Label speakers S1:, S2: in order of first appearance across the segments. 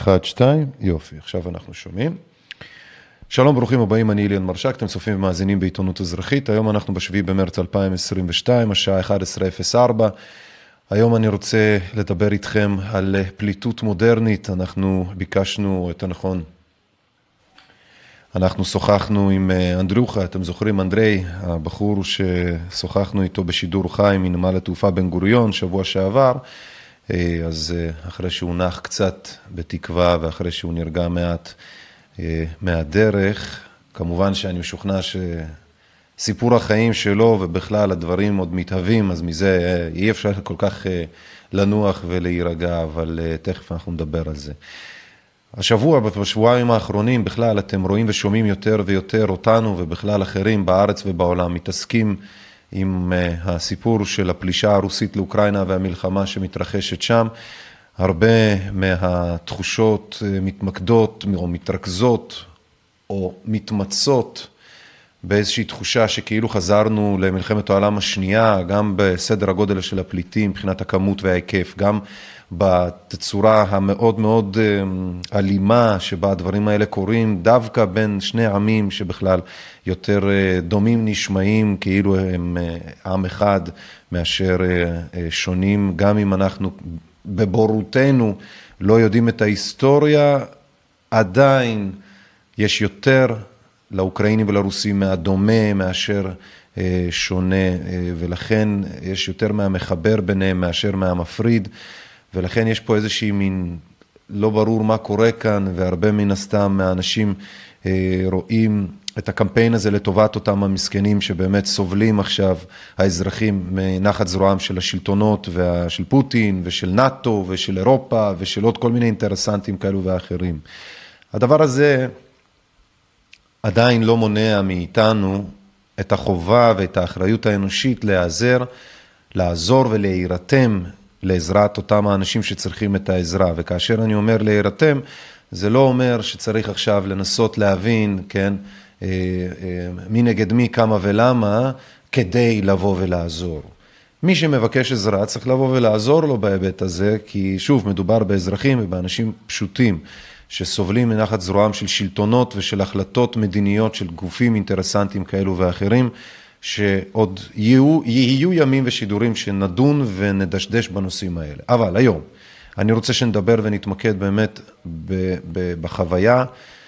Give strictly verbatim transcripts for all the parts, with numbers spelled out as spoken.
S1: אחד, שתיים, יופי, עכשיו אנחנו שומעים. שלום, ברוכים הבאים, אני איליאן מרשק, אתם צופים ומאזינים בעיתונות אזרחית. היום אנחנו בשביעי במרץ אלפיים עשרים ושתיים, השעה אחת עשרה אפס ארבע. היום אני רוצה לדבר איתכם על פליטות מודרנית. אנחנו ביקשנו את הנכון. אנחנו שוחחנו עם אנדרוחה, אתם זוכרים, אנדרי, הבחור ששוחחנו איתו בשידור חי מנמל התעופה בן גוריון, שבוע שעבר. אז אחרי שהוא נח קצת בתקווה ואחרי שהוא נרגע מעט מהדרך, כמובן שאני משוכנע שסיפור החיים שלו ובכלל הדברים עוד מתהווים, אז מזה אי אפשר כל כך לנוח ולהירגע, אבל תכף אנחנו נדבר על זה. השבוע, בשבועיים האחרונים, בכלל אתם רואים ושומעים יותר ויותר אותנו ובכלל אחרים בארץ ובעולם מתעסקים עם הסיפור של הפלישה הרוסית לאוקראינה והמלחמה שמתרחשת שם. הרבה מהתחושות מתמקדות או מתרכזות או מתמצות באיזושהי תחושה שכאילו חזרנו למלחמת העולם השנייה, גם בסדר הגודל של הפליטים, מבחינת הכמות וההיקף, גם בתצורה המאוד מאוד אלימה שבה הדברים האלה קורים, דווקא בין שני עמים שבכלל יותר דומים נשמעים, כאילו הם עם אחד מאשר שונים, גם אם אנחנו בבורותנו לא יודעים את ההיסטוריה, עדיין יש יותר לאוקראינים ולרוסים מהדומה מאשר שונה, ולכן יש יותר מהמחבר ביניהם מאשר מהמפריד, ולכן יש פה איזושהי מין, לא ברור מה קורה כאן, והרבה מן הסתם מהאנשים רואים את הקמפיין הזה לטובת אותם המסכנים שבאמת סובלים עכשיו, האזרחים מנחת זרועם של השלטונות ושל פוטין ושל נאטו ושל אירופה ושל עוד כל מיני אינטרסנטים כאלו ואחרים. הדבר הזה עדיין לא מונע מאיתנו את החובה ואת האחריות האנושית לעזר, לעזור ולהירתם לעזרת אותם האנשים שצריכים את העזרה. וכאשר אני אומר להירתם, זה לא אומר שצריך עכשיו לנסות להבין, כן, מי נגד מי, כמה ולמה, כדי לבוא ולעזור. מי שמבקש עזרה צריך לבוא ולעזור לו בהיבט הזה, כי שוב, מדובר באזרחים ובאנשים פשוטים, שסובלים מנחת זרועם של שלטונות ושל החלטות מדיניות של גופים אינטרסנטיים כאלו ואחרים, שעוד יהיו, יהיו ימים ושידורים שנדון ונדשדש בנושאים האלה. אבל היום, אני רוצה שנדבר ונתמקד באמת ב, ב, בחוויה,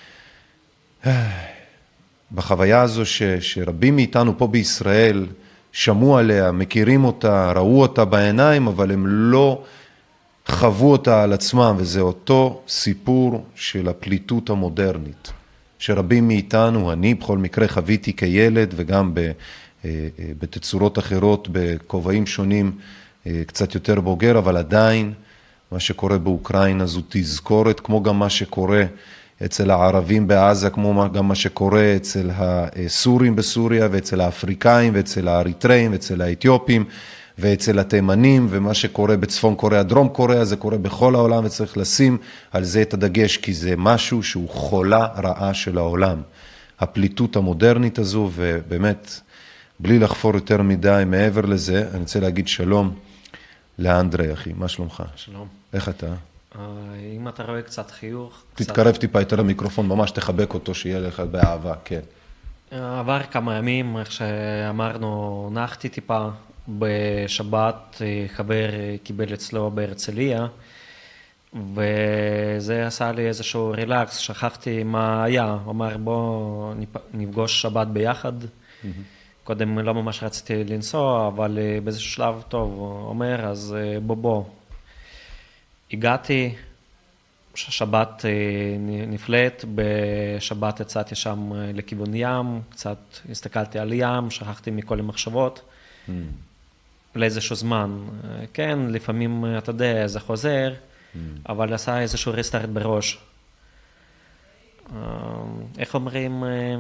S1: בחוויה הזו ש, שרבים מאיתנו פה בישראל שמעו עליה, מכירים אותה, ראו אותה בעיניים, אבל הם לא חוו אותה על עצמם, וזה אותו סיפור של הפליטות המודרנית, שרבים מאיתנו, אני בכל מקרה חוויתי כילד, וגם בתצורות אחרות, בכובעים שונים, קצת יותר בוגר, אבל עדיין מה שקורה באוקראינה זו תזכורת, כמו גם מה שקורה אצל הערבים בעזה, כמו גם מה שקורה אצל הסורים בסוריה, ואצל האפריקאים, ואצל האריתראים, ואצל האתיופים, ואצל התימנים, ומה שקורה בצפון קוריאה, דרום קוריאה, זה קורה בכל העולם, וצריך לשים על זה את הדגש, כי זה משהו שהוא חולה רעה של העולם. הפליטות המודרנית הזו, ובאמת, בלי לחפור יותר מדי מעבר לזה, אני רוצה להגיד שלום לאנדרי, אחי. מה שלומך?
S2: שלום.
S1: איך אתה?
S2: אם אתה רואה קצת חיוך...
S1: תתקרב טיפה יותר למיקרופון, ממש תחבק אותו, שיהיה לך באהבה, כן.
S2: עבר כמה ימים, איך שאמרנו, נחתי טיפה. בשבת חבר קיבל אצלו בהרצליה, וזה עשה לי איזשהו רילקס, שכחתי מה היה. הוא אמר, בוא נפגוש שבת ביחד. Mm-hmm. קודם לא ממש רציתי לנסוע, אבל באיזשהו שלב טוב, הוא אומר, אז בוא בוא. הגעתי, שבת נפלט, בשבת יצאתי שם לכיוון ים, קצת הסתכלתי על ים, שכחתי מכל המחשבות. Mm. לאיזשהו זמן. כן, לפעמים, אתה יודע, זה חוזר, mm. אבל עשה איזשהו ריסטארט בראש. איך אומרים?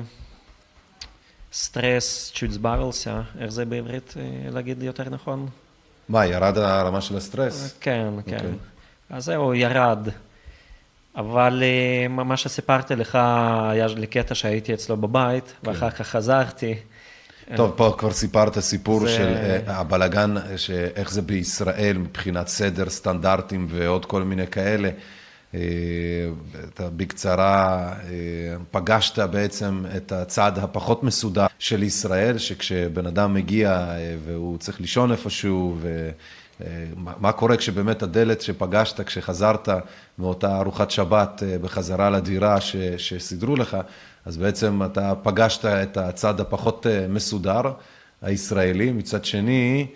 S2: סטרס צ'וטסברלסיה, איך זה בעברית להגיד יותר נכון?
S1: מה, ירד הרמה של הסטרס?
S2: כן, כן. Okay. אז זהו, ירד. אבל מה שסיפרתי לך, היה לי קטע שהייתי אצלו בבית, okay. ואחר כך חזרתי.
S1: טוב, פה כבר סיפרת סיפור זה... של הבלגן, איך זה בישראל מבחינת סדר, סטנדרטים ועוד כל מיני כאלה. אתה בקצרה פגשת בעצם את הצד הפחות מסודר של ישראל, שכשבן אדם מגיע והוא צריך לישון איפשהו, ומה קורה כשבאמת הדלת שפגשת, כשחזרת מאותה ארוחת שבת בחזרה לדירה שסידרו לך, אז בעצם אתה פגשת את הצד הפחות מסודר, הישראלי. מצד שני,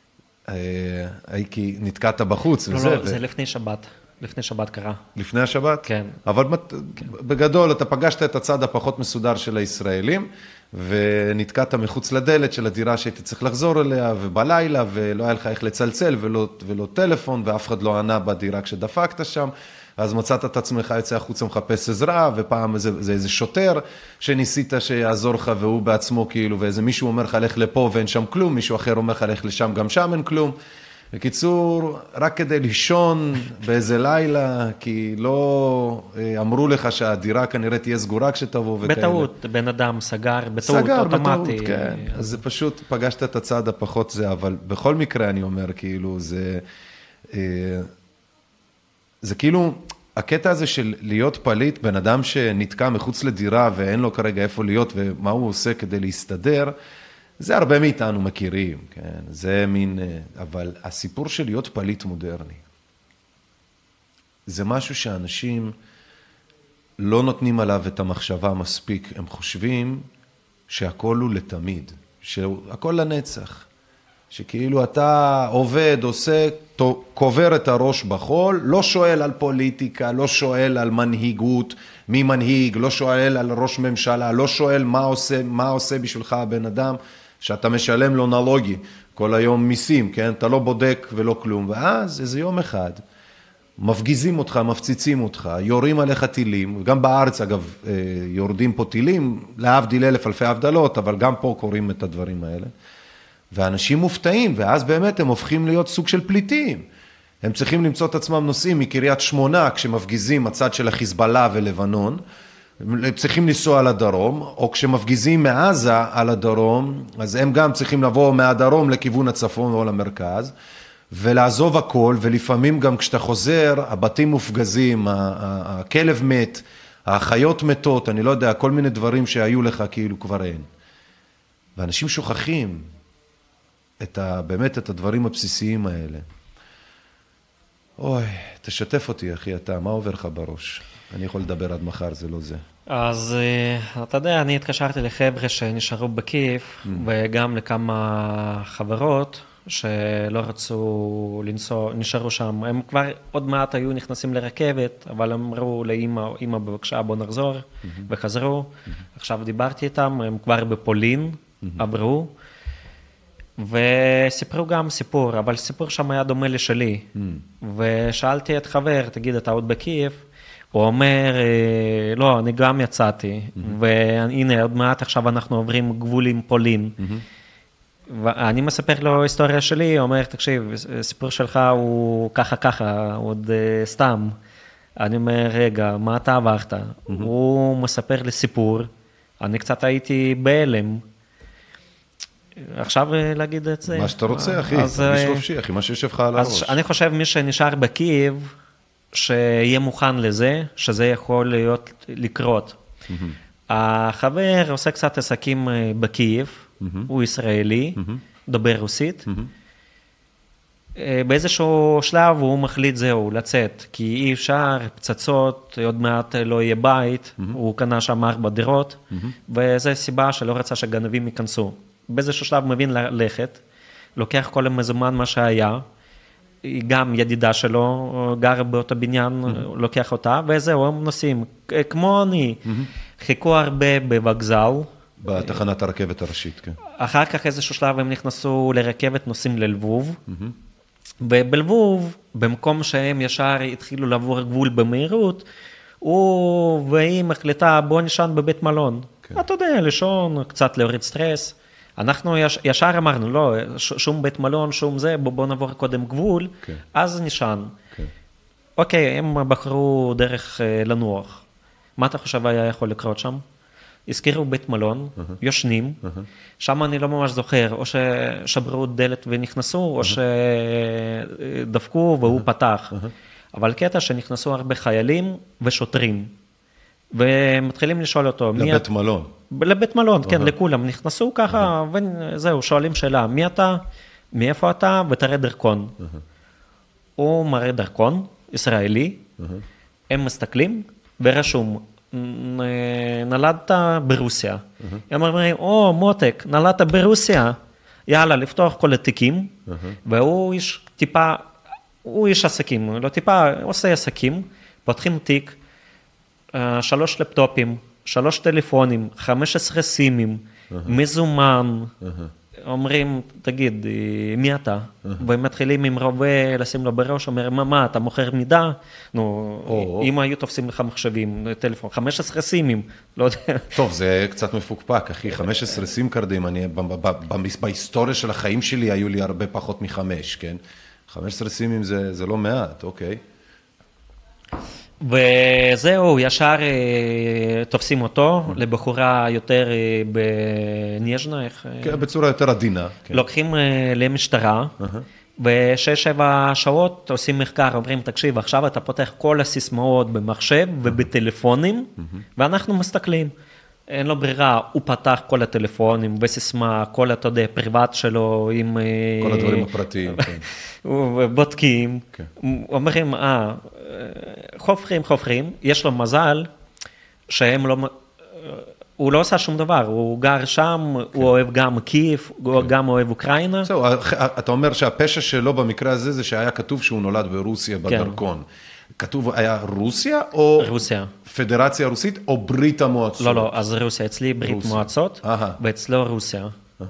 S1: כי נתקעת בחוץ.
S2: לא,
S1: וזה,
S2: לא,
S1: ו...
S2: זה לפני שבת. לפני שבת קרה.
S1: לפני השבת?
S2: כן.
S1: אבל כן. בגדול, אתה פגשת את הצד הפחות מסודר של הישראלים, ונתקעת מחוץ לדלת של הדירה שהייתי צריך לחזור אליה, ובלילה, ולא היה לך איך לצלצל, ולא, ולא טלפון, ואף אחד לא ענה בדירה כשדפקת שם, אז מצאת את עצמך יוצא החוצה מחפש עזרה, ופעם זה, זה איזה שוטר שניסית שיעזור לך, והוא בעצמו כאילו, ואיזה מישהו אומר לך, לך לפה ואין שם כלום, מישהו אחר אומר לך, לך לשם, גם שם אין כלום. בקיצור, רק כדי לישון באיזה לילה, כי לא אמרו לך שהדירה כנראה תהיה סגורה כשתבוא וכאלה.
S2: בטעות, בן אדם סגר, בטעות,
S1: סגר,
S2: אוטומטי.
S1: בטעות, כן. אז זה פשוט, פגשת את הצד הפחות זה, אבל בכל מקרה אני אומר, כאילו, זה, זה כאילו, הקטע הזה של להיות פליט, בן אדם שנתקע מחוץ לדירה ואין לו כרגע איפה להיות ומה הוא עושה כדי להסתדר, זה הרבה מאיתנו מכירים, כן? זה מין, אבל הסיפור של להיות פליט מודרני, זה משהו שאנשים לא נותנים עליו את המחשבה מספיק, הם חושבים שהכל הוא לתמיד, שהכל לנצח, שכאילו אתה עובד, עושה, קובר את הראש בחול, לא שואל על פוליטיקה, לא שואל על מנהיגות, מי מנהיג, לא שואל על ראש ממשלה, לא שואל מה עושה, מה עושה בשבילך הבן אדם, שאתה משלם לו נלוגי, כל היום מיסים, כן? אתה לא בודק ולא כלום, ואז איזה יום אחד, מפגיזים אותך, מפציצים אותך, יורים עליך טילים, וגם בארץ אגב יורדים פה טילים, להבדיל אלף אלפי הבדלות, אבל גם פה קוראים את הדברים האלה, ואנשים מופתעים, ואז באמת הם הופכים להיות סוג של פליטים. הם צריכים למצוא את עצמם נוסעים מקריית שמונה, כשמפגיזים הצד של החיזבאללה ולבנון, הם צריכים לנסוע על הדרום, או כשמפגיזים מעזה על הדרום, אז הם גם צריכים לבוא מהדרום לכיוון הצפון או למרכז, ולעזוב הכל, ולפעמים גם כשאתה חוזר, הבתים מופגזים, הכלב מת, החיות מתות, אני לא יודע, כל מיני דברים שהיו לך כאילו כבר אין. ואנשים שוכחים את ה, באמת את הדברים הבסיסיים האלה. אוי, תשתף אותי אחי, אתה, מה עובר לך בראש? אני יכול לדבר עד מחר, זה לא זה.
S2: אז אתה יודע, אני התקשרתי לחבר'ה שנשארו בקייב, mm. וגם לכמה חברות שלא רצו לנסוע, נשארו שם. הם כבר עוד מעט היו נכנסים לרכבת, אבל הם אמרו לאמא, אמא בבקשה בוא נחזור, mm-hmm. וחזרו. Mm-hmm. עכשיו דיברתי איתם, הם כבר בפולין, mm-hmm. עברו, וסיפרו גם סיפור, אבל סיפור שם היה דומה לשלי. Mm. ושאלתי את חבר, תגיד, אתה עוד בקייב? הוא אומר, לא, אני גם יצאתי, mm-hmm. והנה, עוד מעט עכשיו אנחנו עוברים גבול עם פולין. Mm-hmm. ואני מספר לו היסטוריה שלי, הוא אומר, תקשיב, הסיפור שלך הוא ככה ככה, עוד uh, סתם. אני אומר, רגע, מה אתה עברת? Mm-hmm. הוא מספר לי סיפור, אני קצת הייתי בהלם. עכשיו להגיד את זה.
S1: מה שאתה רוצה, אחי, מי שחופשי, אחי, מה שיושב לך על הראש.
S2: אני חושב מי שנשאר בקייב, שיהיה מוכן לזה, שזה יכול להיות לקרות. Mm-hmm. החבר עושה קצת עסקים בקייב, mm-hmm. הוא ישראלי, mm-hmm. דובר רוסית. Mm-hmm. באיזשהו שלב הוא מחליט זהו, לצאת, כי אי אפשר, פצצות, עוד מעט לא יהיה בית, mm-hmm. הוא קנה שם ארבע דירות, mm-hmm. וזו סיבה שלא רצה שגנבים ייכנסו. באיזשהו שלב מבין ללכת, לוקח כל המזומן מה שהיה, גם ידידה שלו, גר באותו בניין, mm-hmm. לוקח אותה, וזהו, הם נוסעים, כמו אני, mm-hmm. חיכו הרבה בווגזל.
S1: בתחנת הרכבת הראשית, כן.
S2: אחר כך איזשהו שלב הם נכנסו לרכבת, נוסעים ללבוב, mm-hmm. ובלבוב, במקום שהם ישר התחילו לעבור גבול במהירות, הוא והיא מחליטה, בוא נשען בבית מלון. כן. אתה יודע, לישון, קצת להוריד סטרס. אנחנו יש, ישר אמרנו, לא, שום בית מלון, שום זה, בוא, בוא נעבור קודם גבול, okay. אז נשען. Okay. אוקיי, הם בחרו דרך uh, לנוח. מה אתה חושב היה יכול לקרות שם? הזכירו בית מלון, uh-huh. יושנים, uh-huh. שם אני לא ממש זוכר, או ששברו דלת ונכנסו, uh-huh. או שדפקו והוא uh-huh. פתח. Uh-huh. אבל קטע שנכנסו הרבה חיילים ושוטרים, ומתחילים לשאול אותו,
S1: לבית מי... מלון.
S2: לבית מלון, כן, uh-huh. לכולם. נכנסו ככה, uh-huh. וזהו, שואלים שאלה, מי אתה, מאיפה אתה, ותראה דרכון. Uh-huh. הוא מראה דרכון, ישראלי, uh-huh. הם מסתכלים, ורשום, נולדת ברוסיה. Uh-huh. הם אומרים, או, מותק, נולדת ברוסיה, יאללה, לפתוח כל התיקים, uh-huh. והוא איש טיפה, הוא איש עסקים, לא טיפה, עושה עסקים, פותחים תיק, שלוש לפטופים, שלוש טלפונים, חמש עשרה סימים, uh-huh. מזומן, uh-huh. אומרים, תגיד, מי אתה? Uh-huh. והם מתחילים עם רובה לשים לו בראש, אומר, מה, מה, אתה מוכר מידע? נו, oh, אם oh. היו תופסים לך מחשבים, טלפון, חמש עשרה סימים, לא יודע.
S1: טוב, זה קצת מפוקפק, אחי, חמש עשרה סים קרדים, אני, בהיסטוריה של החיים שלי היו לי הרבה פחות מחמש, כן? חמש עשרה סימים זה, זה לא מעט, אוקיי.
S2: וזהו, ישר תופסים אותו, לבחורה יותר בניז'נה, איך...
S1: כן, בצורה יותר עדינה.
S2: לוקחים למשטרה, ושש שבע שעות עושים מחקר, אומרים, תקשיב, עכשיו אתה פותח כל הסיסמאות במחשב ובטלפונים, ואנחנו מסתכלים. אין לו ברירה, הוא פתח כל הטלפונים בסיסמה, כל, אתה יודע, פריבט שלו עם...
S1: כל הדברים הפרטיים, כן.
S2: בודקים, אומרים, אה, חופרים, חופרים, יש לו מזל שהם לא... הוא לא עושה שום דבר, הוא גר שם, הוא אוהב גם קייב, הוא גם אוהב אוקראינה.
S1: זהו, אתה אומר שהפשע שלו במקרה הזה זה שהיה כתוב שהוא נולד ברוסיה בדרכון. כתוב היה רוסיה או
S2: רוסיה.
S1: פדרציה רוסית או ברית המועצות?
S2: לא, לא, אז רוסיה, אצלי ברית רוסיה. מועצות, Aha. ואצלו רוסיה. Aha.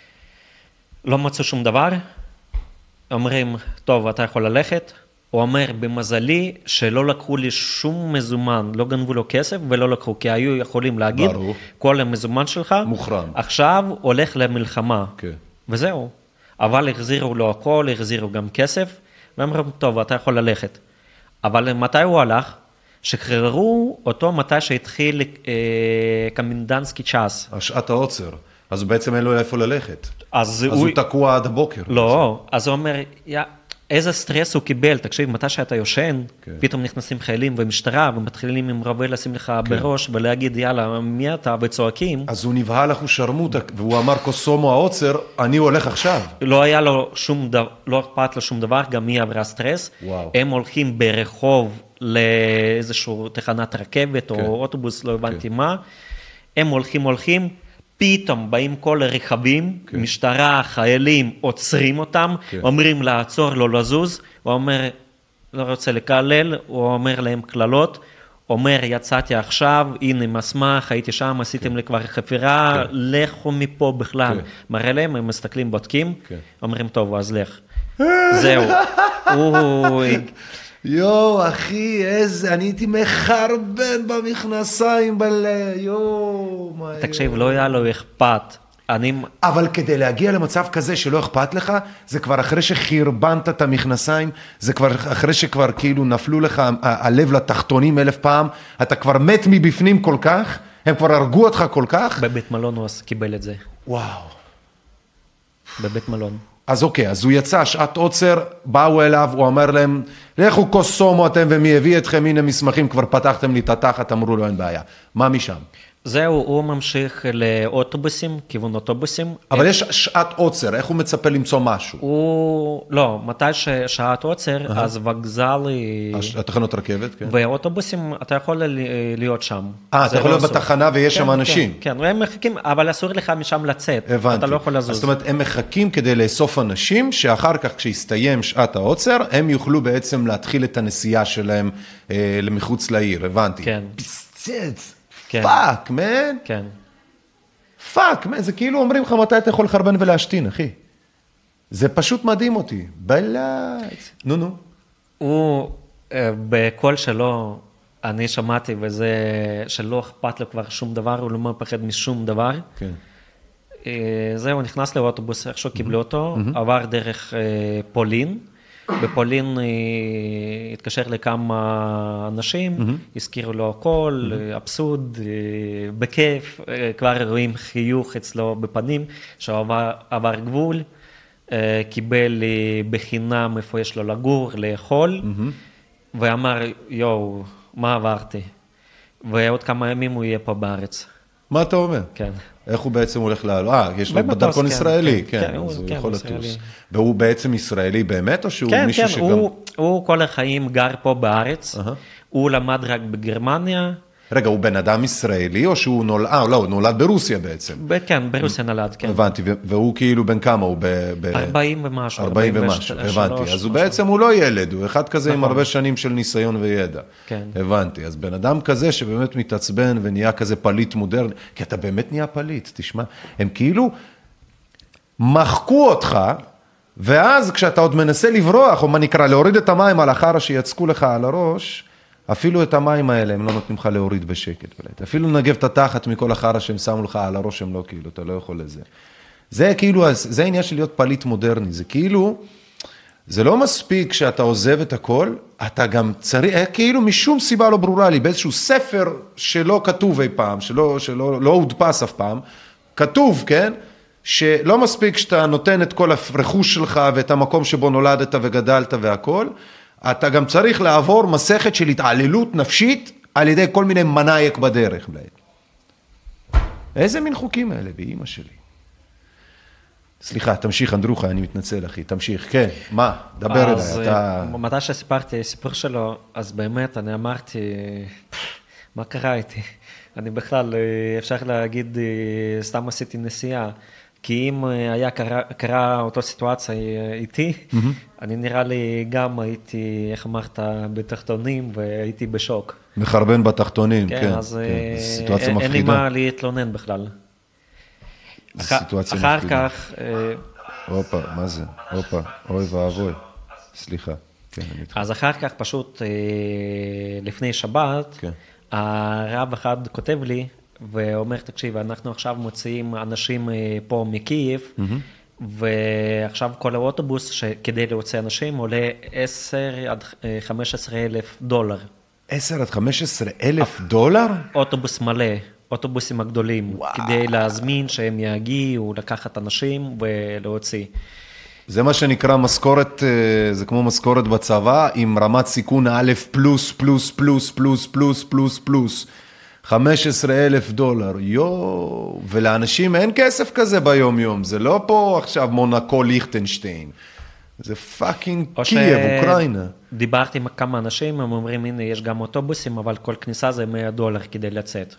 S2: לא מצאו שום דבר, אומרים, טוב, אתה יכול ללכת, הוא אומר, במזלי שלא לקחו לי שום מזומן, לא גנבו לו כסף ולא לקחו, כי היו יכולים להגיד, ברור. כל המזומן שלך,
S1: מוחרם.
S2: עכשיו הולך למלחמה,
S1: okay.
S2: וזהו. אבל החזירו לו הכל, החזירו גם כסף, ואומרים, טוב, אתה יכול ללכת. אבל מתי הוא הלך? שחררו אותו מתי שהתחיל אה, קמינדנסקי צ'אס.
S1: שעת העוצר. אז בעצם אין לו איפה ללכת. אז, אז הוא... הוא תקוע עד הבוקר.
S2: לא, אז הוא אומר, יא, איזה סטרס הוא קיבל. תקשיב, מתי שאתה יושן, כן. פתאום נכנסים חיילים ומשטרה, ומתחילים עם רובה לשים לך כן. בראש, ולהגיד, יאללה, מי אתה? וצועקים.
S1: אז הוא נבהל לך, הוא שרמוטה, והוא אמר, קוסומו העוצר, אני הולך עכשיו.
S2: לא היה לו שום דבר, לא אכפת לו שום דבר, גם מי עברה סטרס.
S1: וואו.
S2: הם הולכים ברחוב לאיזשהו תחנת רכבת, כן. או אוטובוס, לא הבנתי כן. מה. הם הולכים, הולכים, פתאום באים כל הרכבים, כן. משטרה, חיילים, עוצרים אותם, כן. אומרים לעצור, לא לזוז, הוא אומר, לא רוצה לקלל, הוא אומר להם כללות, אומר, יצאתי עכשיו, הנה מסמך, הייתי שם, עשיתם לי כבר חפירה, כן. לכו מפה בכלל. כן. מראה להם, הם מסתכלים, בודקים, כן. אומרים, טוב, אז לך. זהו. הוא...
S1: יו, אחי, איזה, אני הייתי מחרבן במכנסיים בלב, יו, מה...
S2: תקשיב, לא היה לו אכפת. אני...
S1: אבל כדי להגיע למצב כזה שלא אכפת לך, זה כבר אחרי שחרבנת את המכנסיים, זה כבר אחרי שכבר כאילו נפלו לך הלב לתחתונים אלף פעם, אתה כבר מת מבפנים כל כך, הם כבר הרגו אותך כל כך.
S2: בבית מלון הוא קיבל את זה.
S1: וואו.
S2: בבית מלון.
S1: אז אוקיי, אז הוא יצא, שעת עוצר, באו אליו, הוא אמר להם, לכו קוסומו אתם ומי הביא אתכם, הנה מסמכים, כבר פתחתם לי את התחת, אמרו לו אין בעיה. מה משם?
S2: זהו, הוא ממשיך לאוטובוסים, כיוון אוטובוסים.
S1: אבל יש שעת עוצר, איך הוא מצפה למצוא משהו?
S2: הוא, לא, מתי ששעת עוצר, אז וגזל...
S1: התחנות רכבת, כן.
S2: ואוטובוסים, אתה יכול להיות שם.
S1: אה, אתה יכול להיות בתחנה ויש שם אנשים.
S2: כן, כן, הם מחכים, אבל אסור לך משם לצאת.
S1: הבנתי.
S2: אתה לא יכול לזוז.
S1: זאת אומרת, הם מחכים כדי לאסוף אנשים, שאחר כך כשיסתיים שעת העוצר, הם יוכלו בעצם להתחיל את הנסיעה שלהם למחוץ לעיר, הבנתי.
S2: כן.
S1: פסצץ. פאק, מן.
S2: כן.
S1: פאק, מן, זה כאילו אומרים לך מתי אתה יכול לחרבן ולהשתין, אחי. זה פשוט מדהים אותי. בלעץ. נו, נו.
S2: הוא, בקול שלו, אני שמעתי, וזה שלא אכפת לו כבר שום דבר, הוא לא מפחד משום דבר.
S1: כן.
S2: זהו, הוא נכנס לאוטובוס, איכשהו קיבלו אותו, עבר דרך פולין. בפולין התקשר לכמה אנשים, הזכירו לו הכל, אבסוד, בכיף, כבר רואים חיוך אצלו בפנים, שהוא עבר גבול, קיבל בחינם איפה יש לו לגור, לאכול, ואמר, יואו, מה עברתי? ועוד כמה ימים הוא יהיה פה בארץ.
S1: מה אתה אומר?
S2: כן.
S1: איך הוא בעצם הולך לעלות? אה, יש לו
S2: במטוס,
S1: דרכון
S2: כן,
S1: ישראלי,
S2: כן,
S1: כן,
S2: כן,
S1: אז
S2: הוא-
S1: הוא
S2: כן,
S1: יכול
S2: הוא
S1: לטוס.
S2: ישראלי.
S1: והוא בעצם ישראלי באמת, או שהוא
S2: כן,
S1: מישהו
S2: כן,
S1: שגם...
S2: הוא, הוא כל החיים גר פה בארץ,
S1: אהה.
S2: הוא למד רק בגרמניה,
S1: רגע, הוא בן אדם ישראלי, או שהוא נולד... אה, לא, הוא נולד ברוסיה בעצם.
S2: ב- כן, ברוסיה נולד, כן.
S1: הבנתי, ו- והוא כאילו בן כמה? הוא ב... ב-
S2: ארבעים ומשהו.
S1: ארבעים
S2: ארבעים
S1: ומשהו,
S2: ושלוש,
S1: הבנתי. אז הוא
S2: משהו.
S1: בעצם הוא לא ילד, הוא אחד כזה עם
S2: נכון.
S1: הרבה שנים של ניסיון וידע.
S2: כן.
S1: הבנתי. אז בן אדם כזה שבאמת מתעצבן ונהיה כזה פליט מודרני, כי אתה באמת נהיה פליט, תשמע. הם כאילו מחקו אותך, ואז כשאתה עוד מנסה לברוח, או מה נקרא, להוריד את המים על החרא שיצקו לך על הראש, אפילו את המים האלה הם לא נותנים לך להוריד בשקט. בלית. אפילו נגב את התחת מכל החרא שהם שמו לך על הראש, הם לא כאילו, אתה לא יכול לזה. זה כאילו, זה העניין של להיות פליט מודרני, זה כאילו, זה לא מספיק שאתה עוזב את הכל, אתה גם צריך, כאילו משום סיבה לא ברורה לי, באיזשהו ספר שלא כתוב אי פעם, שלא, שלא, לא הודפס אף פעם, כתוב, כן? שלא מספיק שאתה נותן את כל הרכוש שלך ואת המקום שבו נולדת וגדלת והכל, אתה גם צריך לעבור מסכת של התעללות נפשית על ידי כל מיני מנאייק בדרך. איזה מין חוקים האלה באמא שלי? סליחה, תמשיך אנדרוחה, אני מתנצל אחי, תמשיך, כן, מה? דבר אליי,
S2: אז
S1: אתה...
S2: מתי שסיפרתי סיפור שלו, אז באמת אני אמרתי, מה קרה איתי? אני בכלל, אפשר להגיד, סתם עשיתי נסיעה, כי אם היה קרה, קרה אותו סיטואציה איתי, אני נראה לי גם הייתי, איך אמרת, בתחתונים והייתי בשוק.
S1: מחרבן בתחתונים,
S2: כן,
S1: כן,
S2: אז
S1: כן, זו סיטואציה
S2: אין לי
S1: מפחידה.
S2: מה להתלונן בכלל.
S1: זו
S2: אח-
S1: סיטואציה
S2: אחר
S1: מפחידה.
S2: כך, אה,
S1: הופה, מה זה? הופה, אוי ואבוי. סליחה, כן, אני איתך.
S2: אז אחר כך פשוט אה, לפני שבת,
S1: כן.
S2: הרב אחד כותב לי ואומר, תקשיב, אנחנו עכשיו מוציאים אנשים אה, פה מקייב, ועכשיו כל האוטובוס שכדי להוציא אנשים עולה עשר עד חמש עשרה אלף דולר.
S1: עשר עד חמש עשרה אלף דולר?
S2: אוטובוס מלא, אוטובוסים הגדולים,
S1: וואו.
S2: כדי להזמין שהם יגיעו, לקחת אנשים ולהוציא.
S1: זה מה שנקרא משכורת, אה, זה כמו משכורת בצבא, עם רמת סיכון א' פלוס, פלוס, פלוס, פלוס, פלוס, פלוס, פלוס. חמש עשרה אלף דולר, יואו, ולאנשים אין כסף כזה ביום יום, זה לא פה עכשיו מונקו ליכטנשטיין, זה פאקינג
S2: או
S1: קייב, אוקראינה.
S2: דיברתי עם כמה אנשים, הם אומרים, הנה, יש גם אוטובוסים, אבל כל כניסה זה מאה דולר כדי לצאת.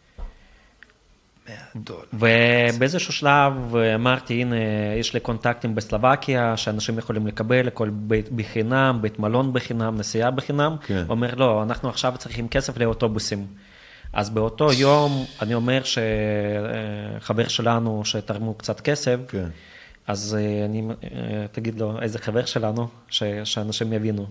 S1: מאה דולר.
S2: ובאיזשהו שלב אמרתי, הנה, יש לי קונטקטים בסלובקיה, שאנשים יכולים לקבל, הכל בית בחינם, בית מלון בחינם, נסיעה בחינם.
S1: כן.
S2: הוא אומר, לא, אנחנו עכשיו צריכים כסף לאוטובוסים. אז באותו יום, אני אומר שחבר שלנו שתרמו קצת כסף,
S1: כן.
S2: אז אני, תגיד לו, איזה חבר שלנו, ש, שאנשים יבינו.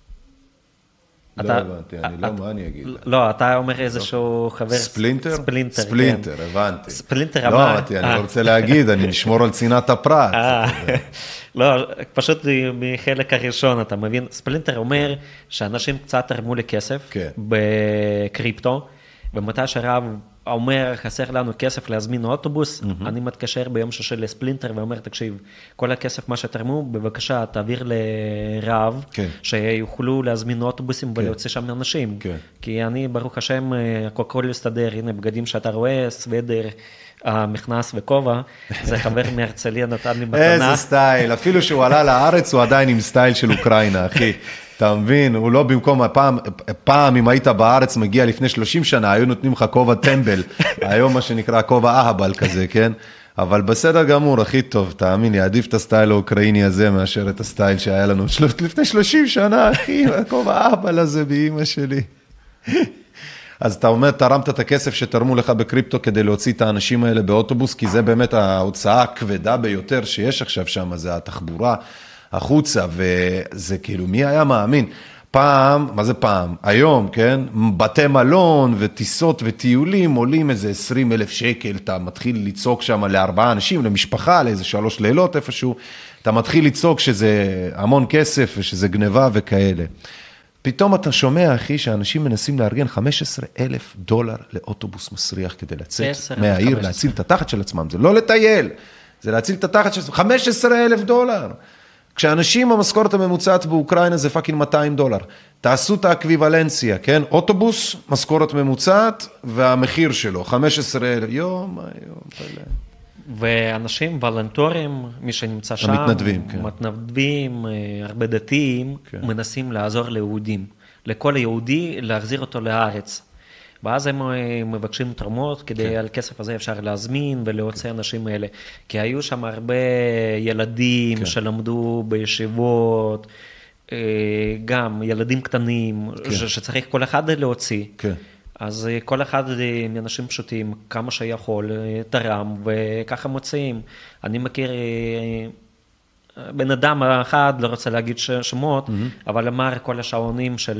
S1: לא
S2: אתה-
S1: הבנתי, אני לא,
S2: אתה-
S1: מה אני אגיד?
S2: לא, אתה אומר איזשהו חבר...
S1: ספלינטר?
S2: ספלינטר, כן.
S1: ספלינטר, הבנתי.
S2: ספלינטר
S1: לא,
S2: אמר...
S1: אמרתי, אני
S2: אה.
S1: לא רוצה להגיד, אני נשמור על צנעת הפרט.
S2: אה, לא, פשוט מחלק הראשון, אתה מבין? ספלינטר אומר שאנשים קצת תרמו לי כסף
S1: כן.
S2: בקריפטו, ומתי שהרב אומר, חסר לנו כסף להזמין אוטובוס, אני מתקשר ביום שישי לספלינטר ואומר, תקשיב, כל הכסף מה שתרמו, בבקשה, תעביר לרב,
S1: כן.
S2: שיוכלו להזמין אוטובוסים ולהוציא שם אנשים.
S1: כן.
S2: כי אני, ברוך השם, הכל הכל יסתדר, הנה, בגדים שאתה רואה, סוודר, המכנס וכובע, זה חבר מהרצליה נתן לי מתנה.
S1: איזה סטייל, אפילו שהוא עלה לארץ, הוא עדיין עם סטייל של אוקראינה, אחי. אתה מבין, הוא לא במקום, הפעם, פעם אם היית בארץ מגיע לפני שלושים שנה, היו נותנים לך כובע טמבל, היום מה שנקרא כובע אהבל כזה, כן? אבל בסדר גמור, הכי טוב, תאמין לי, עדיף את הסטייל האוקראיני הזה, מאשר את הסטייל שהיה לנו לפני שלושים שנה, אחי, הכובע אהבל הזה באמא שלי. אז אתה אומר, תרמת את הכסף שתרמו לך בקריפטו כדי להוציא את האנשים האלה באוטובוס, כי זה באמת ההוצאה הכבדה ביותר שיש עכשיו שם, זה התחבורה החוצה, וזה כאילו, מי היה מאמין? פעם, מה זה פעם? היום, כן? בתי מלון וטיסות וטיולים עולים איזה עשרים אלף שקל, אתה מתחיל לצעוק שם לארבעה אנשים, למשפחה, לאיזה שלוש לילות איפשהו, אתה מתחיל לצעוק שזה המון כסף ושזה גניבה וכאלה. פתאום אתה שומע, אחי, שאנשים מנסים לארגן חמישה עשר אלף דולר לאוטובוס מסריח כדי לצאת מהעיר, להציל את התחת של עצמם. זה לא לטייל, זה להציל את התחת של עצמם. חמישה עשר אלף דולר. כשאנשים, המשכורת הממוצעת באוקראינה זה פאקינג מאתיים דולר. תעשו את האקוויוולנציה, כן? אוטובוס, משכורת ממוצעת, והמחיר שלו, חמישה עשר אלף, יום, יום, פלא.
S2: ואנשים וולנטורים, מי שנמצא שם,
S1: המתנדבים, כן.
S2: מתנדבים, הרבה דתיים,
S1: כן.
S2: מנסים לעזור ליהודים. לכל יהודי להחזיר אותו לארץ. ואז הם מבקשים תרומות, כדי
S1: כן.
S2: על כסף הזה אפשר להזמין ולהוציא אנשים האלה. כי היו שם הרבה ילדים
S1: כן.
S2: שלמדו בישיבות, גם ילדים קטנים,
S1: כן.
S2: שצריך כל אחד להוציא.
S1: כן.
S2: אז כל אחד מאנשים פשוטים, כמה שיכול, תרם, וככה מוצאים. אני מכיר בן אדם אחד, לא רוצה להגיד שמות, mm-hmm. אבל אמר כל השעונים של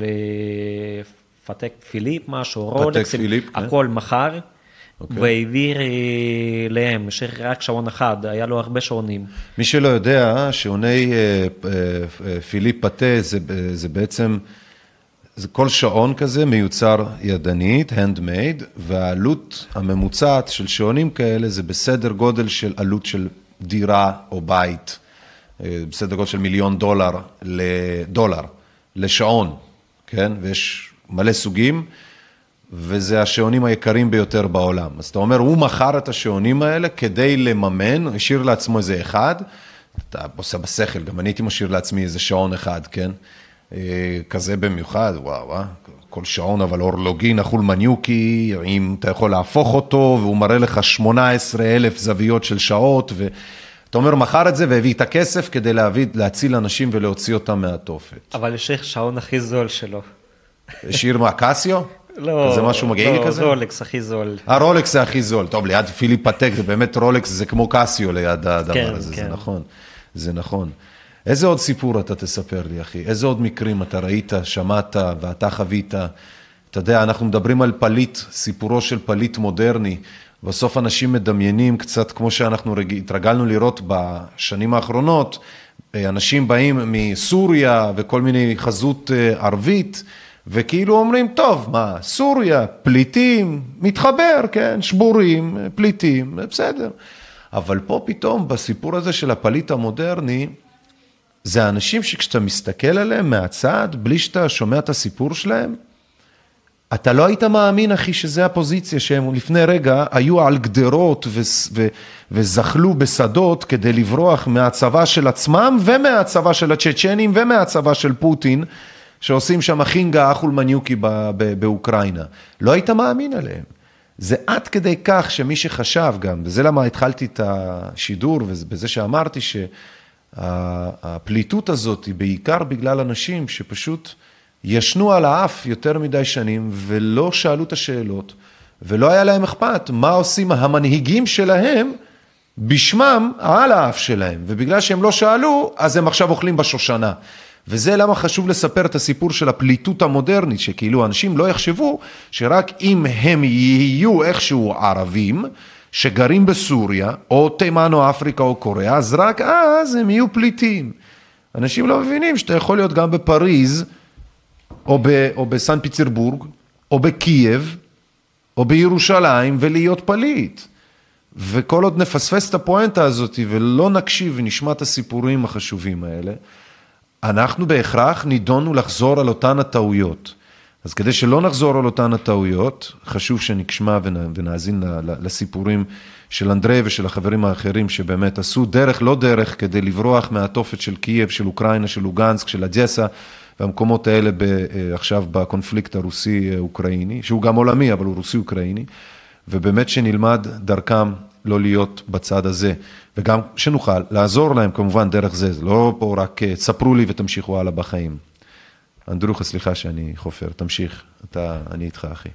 S2: פתק פיליפ, משהו, רולקס, הכל מחר, okay. והעביר להם, שרק שעון אחד, היה לו הרבה שעונים.
S1: מי שלא יודע, שעוני פיליפ פתה זה, זה בעצם, זה כל שעון כזה מיוצר ידנית, handmade, והעלות הממוצעת של שעונים כאלה זה בסדר גודל של עלות של דירה או בית, בסדר גודל של מיליון דולר לדולר, לשעון, כן? ויש מלא סוגים, וזה השעונים היקרים ביותר בעולם. אז אתה אומר, הוא מכר את השעונים האלה כדי לממן, השאיר לעצמו איזה אחד, אתה עושה בשכל, גם אני הייתי משאיר לעצמי איזה שעון אחד, כן? כזה במיוחד, וואו, וואו, כל שעון, אבל אורלוגי, נחול מניוקי, אם אתה יכול להפוך אותו, והוא מראה לך שמונה עשרה אלף זוויות של שעות, ואתה אומר, מכר את זה והביא את הכסף כדי להביא, להציל אנשים ולהוציא אותם מהתופת.
S2: אבל יש שעון הכי זול שלו.
S1: השאיר מה, קסיו?
S2: לא,
S1: זה משהו מגעילי
S2: לא,
S1: כזה?
S2: רולקס הכי זול.
S1: הרולקס זה הכי זול. טוב, ליד פיליפ פתק, זה באמת רולקס, זה כמו קסיו ליד הדבר
S2: כן,
S1: הזה,
S2: כן.
S1: זה נכון. זה נכון. איזה עוד סיפור אתה תספר לי, אחי? איזה עוד מקרים אתה ראית, שמעת ואתה חווית? אתה יודע, אנחנו מדברים על פליט, סיפורו של פליט מודרני, בסוף אנשים מדמיינים קצת כמו שאנחנו התרגלנו לראות בשנים האחרונות, אנשים באים מסוריה וכל מיני חזות ערבית, וכאילו אומרים, טוב, מה, סוריה, פליטים, מתחבר, כן, שבורים, פליטים, בסדר. אבל פה פתאום, בסיפור הזה של הפליט המודרני, זה האנשים שכשאתה מסתכל עליהם מהצד, בלי שאתה שומע את הסיפור שלהם, אתה לא היית מאמין, אחי, שזה הפוזיציה שהם לפני רגע היו על גדרות ו- ו- וזחלו בשדות כדי לברוח מהצבא של עצמם ומהצבא של הצ'צ'נים ומהצבא של פוטין, שעושים שם חינגה אחול מניוקי ב- ב- באוקראינה. לא היית מאמין עליהם. זה עד כדי כך שמי שחשב גם, וזה למה התחלתי את השידור, ובזה שאמרתי שהפליטות הזאת היא בעיקר בגלל אנשים שפשוט ישנו על האף יותר מדי שנים, ולא שאלו את השאלות, ולא היה להם אכפת מה עושים המנהיגים שלהם בשמם על האף שלהם, ובגלל שהם לא שאלו, אז הם עכשיו אוכלים בשושנה. וזה למה חשוב לספר את הסיפור של הפליטות המודרנית, שכאילו אנשים לא יחשבו שרק אם הם יהיו איכשהו ערבים, שגרים בסוריה, או תימן או אפריקה או קוריאה, אז רק אז הם יהיו פליטים. אנשים לא מבינים שאתה יכול להיות גם בפריז, או, ב, או בסן פיטרבורג, או בקייב, או בירושלים, ולהיות פליט. וכל עוד נפספס את הפואנטה הזאת, ולא נקשיב ונשמע את הסיפורים החשובים האלה, אנחנו בהכרח נידונו לחזור על אותן הטעויות. אז כדי שלא נחזור על אותן הטעויות, חשוב שנשמע ונאזין לסיפורים של אנדרי ושל החברים האחרים שבאמת עשו דרך לא דרך כדי לברוח מהתופת של קייב, של אוקראינה, של לוגנסק, של אדייסה, והמקומות האלה עכשיו בקונפליקט הרוסי-אוקראיני, שהוא גם עולמי, אבל הוא רוסי-אוקראיני, ובאמת שנלמד דרכם לא להיות בצד הזה, וגם שנוכל לעזור להם כמובן דרך זה, זה לא פה רק ספרו לי ותמשיכו הלאה בחיים. אנדרוך, סליחה שאני חופר, תמשיך, אתה, אני איתך אחי.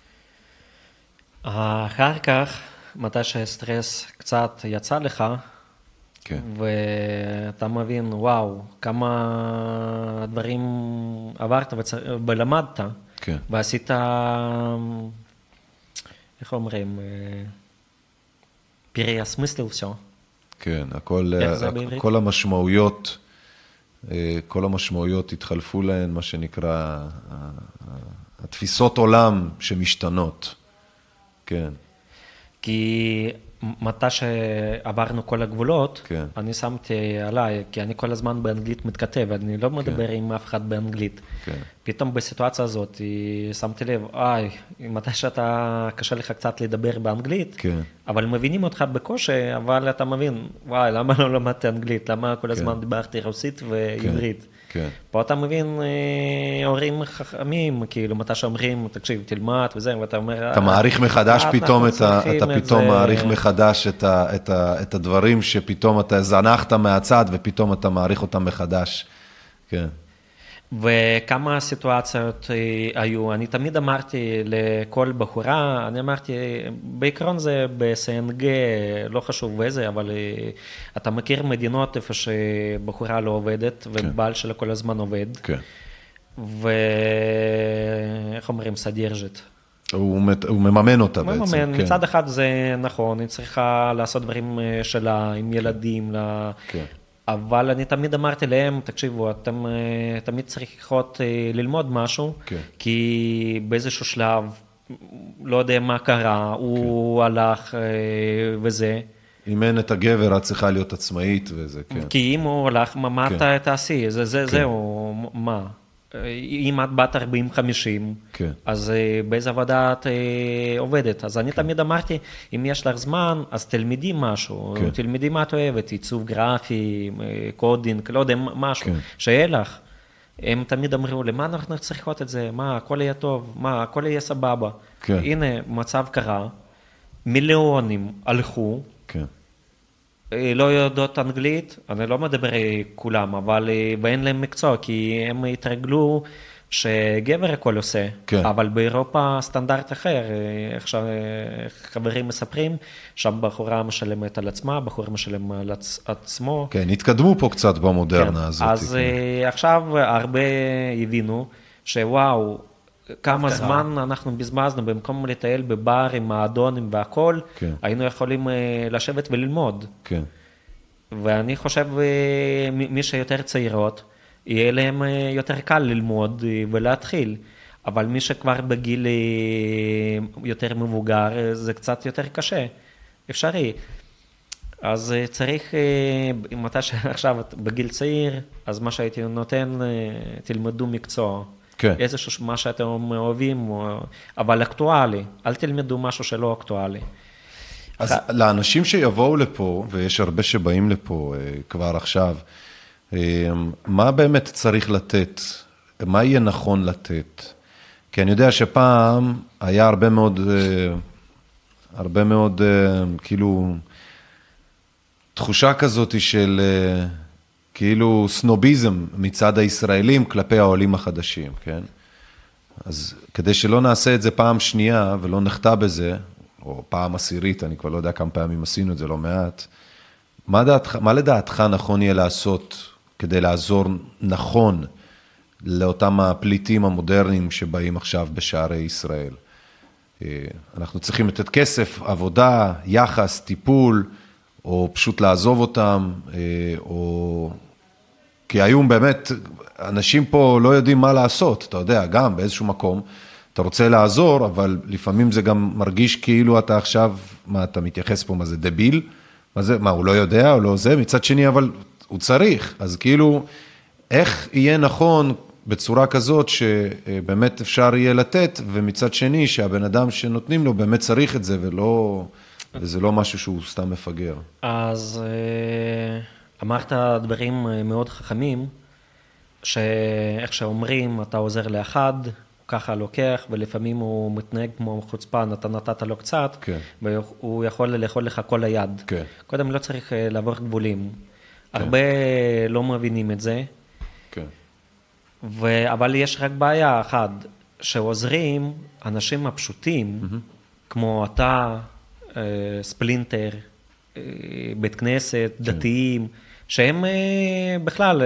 S2: אחר כך, מתי שהסטרס קצת יצא לך,
S1: כן.
S2: ואתה מבין, וואו, כמה דברים עברת ולמדת,
S1: כן.
S2: ועשית, איך אומרים, פירי הסמיסל все.
S1: כן, הכל, כל המשמעויות, כל המשמעויות התחלפו להן, מה שנקרא, התפיסות עולם שמשתנות. כן.
S2: כי מתי שעברנו כל הגבולות,
S1: כן.
S2: אני שמתי עליי, כי אני כל הזמן באנגלית מתכתב, אני לא מדבר כן. עם אף אחד באנגלית.
S1: כן.
S2: פתאום בסיטואציה הזאת שמתי לב, איי, מתי שאתה קשה לך קצת לדבר באנגלית,
S1: כן.
S2: אבל מבינים אותך בקושי, אבל אתה מבין, וואי, למה לא למדתי אנגלית? למה כל הזמן כן. דיברתי רוסית ועברית?
S1: כן. כן.
S2: פה אתה מבין אה, הורים חכמים, כאילו, מתי שאומרים, תקשיב, תלמד וזה, ואתה אומר...
S1: אתה מעריך מחדש פתאום, את ה, אתה פתאום זה... מעריך מחדש את, ה, את, ה, את הדברים שפתאום אתה זנחת מהצד, ופתאום אתה מעריך אותם מחדש. כן.
S2: וכמה סיטואציות היו, אני תמיד אמרתי לכל בחורה, אני אמרתי, בעיקרון זה ב-אס אן ג' לא חשוב איזה, אבל אתה מכיר מדינות איפה שבחורה לא עובדת, כן. ובעל שלה כל הזמן עובד,
S1: כן.
S2: ואיך אומרים, סדירג'ת.
S1: הוא, הוא מממן אותה
S2: מממן,
S1: בעצם.
S2: מממן, מצד כן. אחד זה נכון, היא צריכה לעשות דברים שלה עם ילדים, לה...
S1: כן.
S2: אבל אני תמיד אמרתי להם, תקשיבו, אתם תמיד צריכות ללמוד משהו, כן. כי באיזשהו שלב, לא יודע מה קרה, כן. הוא הלך וזה.
S1: אם אין את הגבר, את צריכה להיות עצמאית וזה, כן.
S2: כי אם הוא הלך, מה כן. אתה תעשי? זה, זה, כן. זהו, מה? אם את בת ארבעים חמישים, כן. אז באיזה עבודה את עובדת. אז אני כן. תמיד אמרתי, אם יש לך זמן, אז תלמדי משהו, כן. תלמדי מה את אוהבת, עיצוב גרפי, קודינג, לא יודע, משהו, כן. שיהיה לך. הם תמיד אמרו, למה אנחנו צריכות את זה? מה, הכל יהיה טוב, מה, הכל יהיה סבבה. כן. הנה, מצב קרה, מיליונים הלכו, כן. לא יודעות אנגלית, אני לא מדבר כולם, אבל ואין להם מקצוע, כי הם התרגלו שגבר הכל עושה, כן. אבל באירופה סטנדרט אחר, איך שחברים מספרים, שם בחורה משלמת על עצמה, בחור משלם על עצמו.
S1: כן, התקדמו פה קצת במודרנה
S2: כן.
S1: הזאת.
S2: אז כן. עכשיו הרבה הבינו שוואו, כמה זמן אנחנו בזבזנו, במקום לטייל בבר עם האדונים והכל, כן. היינו יכולים לשבת וללמוד. כן. ואני חושב, מי שיותר צעירות, יהיה להם יותר קל ללמוד ולהתחיל. אבל מי שכבר בגיל יותר מבוגר, זה קצת יותר קשה. אפשרי. אז צריך, אם אתה עכשיו בגיל צעיר, אז מה שהייתי נותן, תלמדו מקצוע. כן. איזשהו מה שאתם אוהבים, אבל אקטואלי. אל תלמדו משהו שלא אקטואלי.
S1: אז לאנשים שיבואו לפה, ויש הרבה שבאים לפה כבר עכשיו, מה באמת צריך לתת? מה יהיה נכון לתת? כי אני יודע שפעם היה הרבה מאוד, הרבה מאוד, כאילו, תחושה כזאת של כאילו סנוביזם מצד הישראלים כלפי העולים החדשים, כן? אז כדי שלא נעשה את זה פעם שנייה ולא נחטא בזה, או פעם עשירית, אני כבר לא יודע כמה פעמים עשינו את זה, לא מעט, מה, דעתך, מה לדעתך נכון יהיה לעשות כדי לעזור נכון לאותם הפליטים המודרניים שבאים עכשיו בשערי ישראל? אנחנו צריכים לתת כסף, עבודה, יחס, טיפול, או פשוט לעזוב אותם, או... כי היום באמת, אנשים פה לא יודעים מה לעשות, אתה יודע, גם באיזשהו מקום, אתה רוצה לעזור, אבל לפעמים זה גם מרגיש כאילו אתה עכשיו, מה אתה מתייחס פה, מה זה דביל? מה זה, מה הוא לא יודע או לא זה? מצד שני, אבל הוא צריך. אז כאילו, איך יהיה נכון בצורה כזאת שבאמת אפשר יהיה לתת, ומצד שני שהבן אדם שנותנים לו באמת צריך את זה, ולא, וזה לא משהו שהוא סתם מפגר.
S2: אז אמרת דברים מאוד חכמים, שאיך שאומרים, אתה עוזר לאחד, ככה לוקח, ולפעמים הוא מתנהג כמו חוצפן, אתה נתת לו קצת, כן. והוא יכול לאכול לך כל היד. כן. קודם לא צריך לעבור גבולים. כן. הרבה לא מבינים את זה, כן. ו... אבל יש רק בעיה אחת, שעוזרים אנשים הפשוטים, mm-hmm. כמו אתה, ספלינטר, בית כנסת, כן. דתיים, שהם בכלל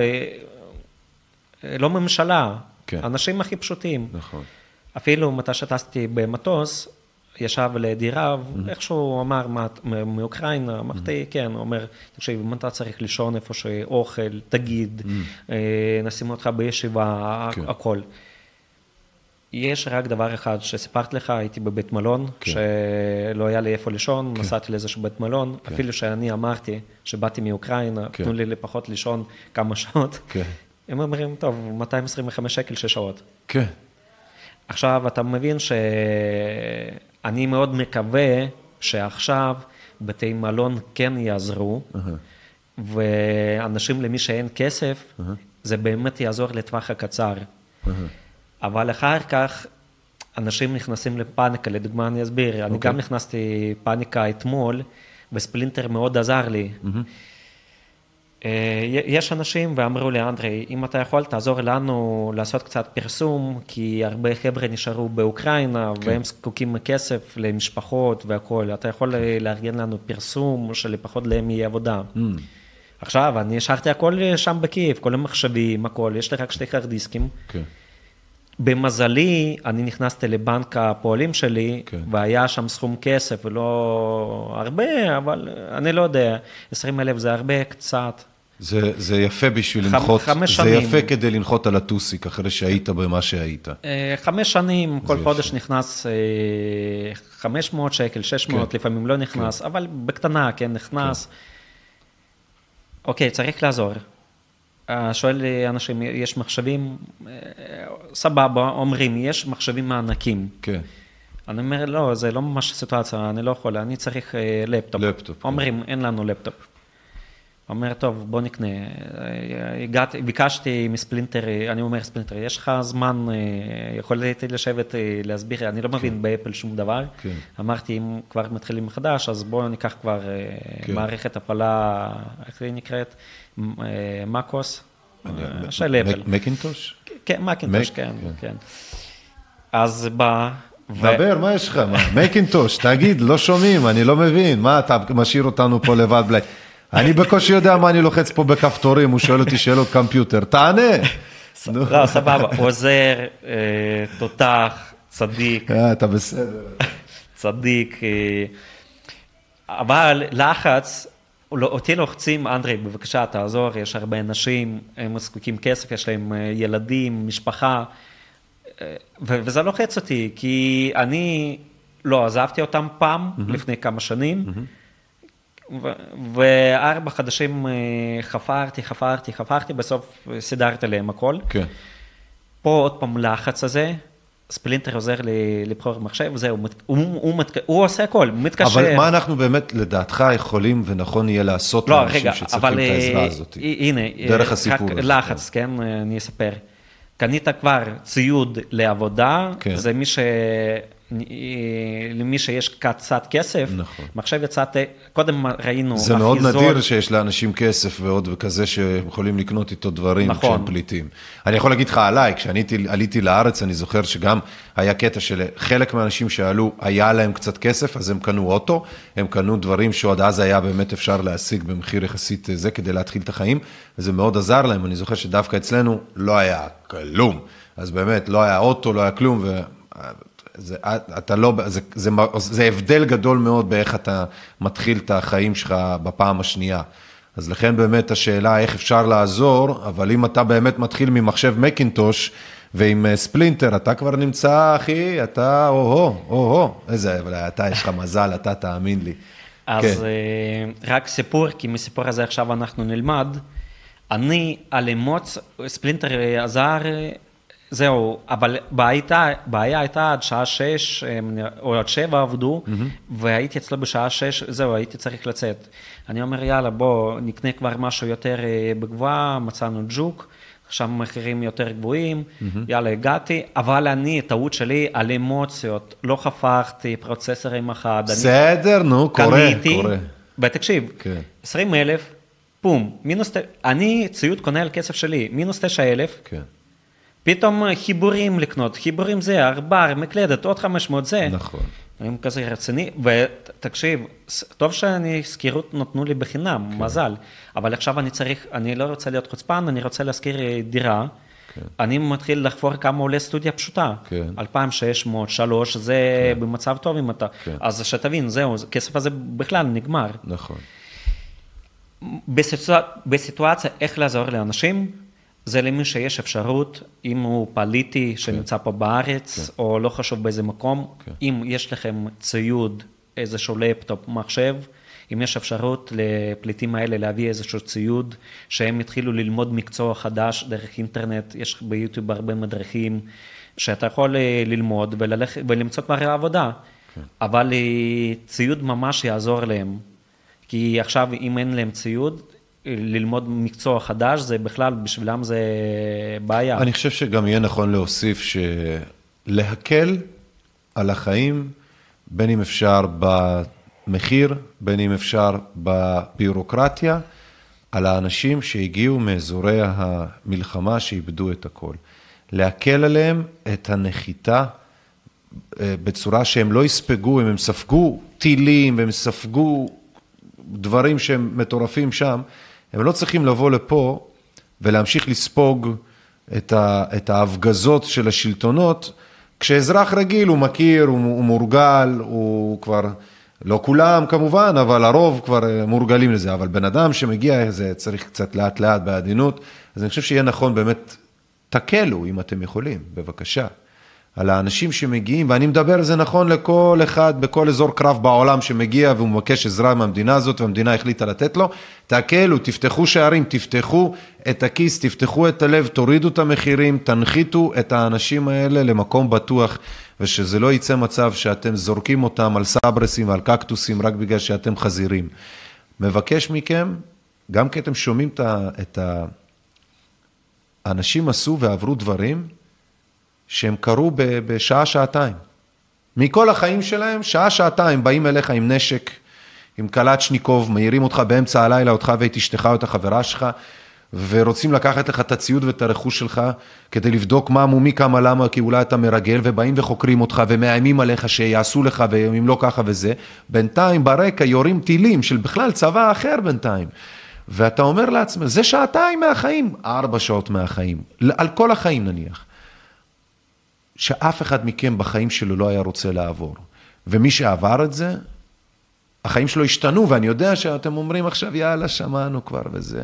S2: לא ממשלה, כן. אנשים הכי פשוטים. נכון. אפילו מתי שטסתי במטוס, ישב לידי רב, mm-hmm. איכשהו הוא אמר מאוקראינה, אמרתי, mm-hmm. כן, הוא אומר, תקשיב, אם אתה צריך לישון איפה שאוכל, תגיד, mm-hmm. נשים אותך בישיבה, כן. הכל. יש רק דבר אחד שסיפרתי לך, הייתי בבית מלון, כן. שלא היה לי איפה לישון, כן. נסעתי לאיזשהו בית מלון, כן. אפילו שאני אמרתי שבאתי מאוקראינה, כן. תנו לי לפחות לישון כמה שעות, כן. הם אומרים, טוב, מאתיים עשרים וחמש שקל שש שעות. כן. עכשיו, אתה מבין שאני מאוד מקווה שעכשיו בתי מלון כן יעזרו, uh-huh. ואנשים למי שאין כסף, uh-huh. זה באמת יעזור לטווח הקצר. Uh-huh. אבל אחר כך, אנשים נכנסים לפאניקה, לדוגמה אני אסביר, okay. אני גם נכנסתי פאניקה אתמול, וספלינטר מאוד עזר לי. Mm-hmm. יש אנשים ואמרו לי, אנדרי, אם אתה יכול, תעזור לנו לעשות קצת פרסום, כי הרבה חבר'ה נשארו באוקראינה, okay. והם זקוקים כסף למשפחות והכל. אתה יכול לארגן לנו פרסום, שלפחות להם יהיה עבודה. Mm. עכשיו, אני השארתי הכל שם בקייב, כל המחשבים, הכל, יש לי רק שתי חרדיסקים. Okay. במזלי, אני נכנסתי לבנק הפועלים שלי, okay. והיה שם סכום כסף, ולא הרבה, אבל אני לא יודע, עשרים אלף זה הרבה, קצת.
S1: זה, זה יפה בשביל
S2: ח,
S1: לנחות,
S2: חמש
S1: זה
S2: שנים.
S1: יפה כדי לנחות על הטוסיק, אחרי שהיית במה שהיית.
S2: חמש שנים, כל חודש יפה. נכנס חמש מאות שקל, שש מאות, okay. לפעמים לא נכנס, okay. אבל בקטנה, כן, נכנס. Okay. אוקיי, צריך לעזור. שואל לי אנשים, יש מחשבים, סבבה, אומרים, יש מחשבים מענקים. כן. אני אומר, לא, זה לא ממש סיטואציה, אני לא יכול, אני צריך לפטופ. לפטופ. אומרים, כן. אין לנו לפטופ. אומר, טוב, בוא נקנה. הגעתי, ביקשתי מספלינטר, אני אומר, ספלינטר, יש לך זמן, יכול הייתי לשבת להסביר, אני לא מבין כן. באפל שום דבר. כן. אמרתי, אם כבר מתחילים מחדש, אז בואו ניקח כבר כן. מערכת הפעלה, איך היא נקראת? מקוס, של אפל.
S1: מקינטוש?
S2: כן, מקינטוש, כן, כן. אז בא...
S1: דבר, מה יש לך? מקינטוש, תגיד, לא שומעים, אני לא מבין, מה אתה משאיר אותנו פה לבד בלי... אני בקושי יודע מה אני לוחץ פה בכפתורים, הוא שואל אותי שאלות קמפיוטר, תענה.
S2: לא, סבבה, עוזר, תותח, צדיק.
S1: אתה בסדר.
S2: צדיק, אבל לחץ, אותי לוחצים, אנדרי, בבקשה, תעזור, יש הרבה אנשים, הם זקוקים כסף, יש להם ילדים, משפחה, וזה לוחץ אותי, כי אני לא עזבתי אותם פעם, לפני כמה שנים, וארבע חדשים חפרתי, חפרתי, חפרתי, בסוף סידרתי להם הכל. כן. פה עוד פעם לחץ הזה, ספלינטר עוזר לי לבחור מחשב, זהו, הוא, הוא, הוא עושה הכל, הוא מתקשר.
S1: אבל מה אנחנו באמת לדעתך יכולים ונכון יהיה לעשות
S2: לא,
S1: לאנשים
S2: רגע,
S1: שצריכים
S2: אבל,
S1: את העזרה הזאת?
S2: הנה,
S1: דרך הסיפור.
S2: רק לחץ, כן, אני אספר. קנית כבר ציוד לעבודה, כן. זה מי ש... למי שיש קצת כסף, נכון. מחשב יצאת, קודם ראינו
S1: זה מאוד זול. נדיר שיש לאנשים כסף ועוד וכזה שיכולים לקנות איתו דברים נכון. כשהם פליטים. אני יכול להגיד לך עליי, כשאני עליתי לארץ, אני זוכר שגם היה קטע של חלק מהאנשים שעלו, היה להם קצת כסף, אז הם קנו אוטו, הם קנו דברים שעוד אז היה באמת אפשר להשיג במחיר יחסית זה, כדי להתחיל את החיים, וזה מאוד עזר להם. אני זוכר שדווקא אצלנו לא היה כלום, אז באמת לא היה אוטו, לא היה כלום, ו... זה, אתה לא, זה, זה, זה הבדל גדול מאוד באיך אתה מתחיל את החיים שלך בפעם השנייה. אז לכן באמת השאלה איך אפשר לעזור, אבל אם אתה באמת מתחיל ממחשב מקינטוש ועם ספלינטר, אתה כבר נמצא, אחי, אתה, או-הו, או-הו, איזה, אתה יש לך מזל, אתה תאמין לי.
S2: אז כן. רק סיפור, כי מסיפור הזה עכשיו אנחנו נלמד. אני על אמוץ, ספלינטר עזר, זהו, אבל בעיה הייתה עד שעה שש, או עד שבע עבדו, והייתי אצלו בשעה שש, זהו, הייתי צריך לצאת. אני אומר, יאללה, בוא, נקנה כבר משהו יותר בגבוהה, מצאנו ג'וק, עכשיו מחירים יותר גבוהים, יאללה, הגעתי, אבל אני, טעות שלי, על אמוציות, לא חפרתי, פרוצסורים אחד.
S1: בסדר, נו, קורה, קורה.
S2: ותקשיב, עשרים אלף, פום, מינוס, אני ציוד קונה על כסף שלי, מינוס תשע אלף, כן. פתאום חיבורים לקנות, חיבורים זה, ארבע, מקלדת, עוד חמש מאות זה.
S1: נכון.
S2: הם כזה רציני, ותקשיב, טוב שאני סקירות נותנו לי בחינם, כן. מזל, אבל עכשיו אני צריך, אני לא רוצה להיות חוצפן, אני רוצה להזכיר דירה, כן. אני מתחיל לחפור כמה עולה סטודיה פשוטה, כן. אלפיים ושש מאות, שלוש, זה כן. במצב טוב אם אתה, כן. אז שתבין, זהו, הכסף הזה בכלל נגמר.
S1: נכון.
S2: בסיטואציה, בסיטואציה איך לעזור לאנשים, זה למי שיש אפשרות, אם הוא פליטי שנמצא פה בארץ, או לא חשוב באיזה מקום, אם יש לכם ציוד, איזשהו לפטופ, מחשב, אם יש אפשרות לפליטים האלה להביא איזשהו ציוד, שהם התחילו ללמוד מקצוע חדש דרך אינטרנט, יש ביוטיוב הרבה מדריכים, שאתה יכול ללמוד וללכת, ולמצוא כבר עבודה, אבל ציוד ממש יעזור להם, כי עכשיו אם אין להם ציוד, ללמוד מקצוע חדש, זה בכלל, בשבילם זה בעיה.
S1: אני חושב שגם יהיה נכון להוסיף שלהקל על החיים, בין אם אפשר במחיר, בין אם אפשר בבירוקרטיה, על האנשים שהגיעו מאזורי המלחמה שאיבדו את הכל. להקל עליהם את הנחיתה בצורה שהם לא יספגו, אם הם ספגו טילים, והם ספגו דברים שהם מטורפים שם, הם לא צריכים לבוא לפה ולהמשיך לספוג את, ה, את ההפגזות של השלטונות, כשאזרח רגיל הוא מכיר, הוא, הוא מורגל, הוא כבר, לא כולם כמובן, אבל הרוב כבר מורגלים לזה, אבל בן אדם שמגיע, זה צריך קצת לאט לאט בעדינות, אז אני חושב שיהיה נכון באמת, תקלו אם אתם יכולים, בבקשה. על האנשים שמגיעים, ואני מדבר, זה נכון לכל אחד, בכל אזור קרב בעולם שמגיע, והוא מבקש עזרה מהמדינה הזאת, והמדינה החליטה לתת לו, תקלו, תפתחו שערים, תפתחו את הכיס, תפתחו את הלב, תורידו את המחירים, תנחיתו את האנשים האלה למקום בטוח, ושזה לא יצא מצב שאתם זורקים אותם על סברסים ועל קקטוסים, רק בגלל שאתם חזירים. מבקש מכם, גם כי אתם שומעים את ה... האנשים עשו ועברו דברים, שהם קרו בשעה, שעתיים. מכל החיים שלהם, שעה, שעתיים, באים אליך עם נשק, עם קלצ'ניקוב, מהירים אותך באמצע הלילה, אותך ואת אשתך או את החברה שלך, ורוצים לקחת לך את הציוד ואת הרכוש שלך, כדי לבדוק מה מומי כמה למה, כי אולי אתה מרגל, ובאים וחוקרים אותך, ומאיימים עליך שיעשו לך, ואם לא ככה וזה. בינתיים ברקע יורים טילים של בכלל צבא אחר בינתיים. ואתה אומר לעצמך, זה שעתיים מהחיים, ארבע שעות מהחיים, על כל החיים נניח. שאף אחד מכם בחיים שלו לא היה רוצה לעבור. ומי שעבר את זה, החיים שלו השתנו, ואני יודע שאתם אומרים עכשיו, יאללה, שמענו כבר וזה.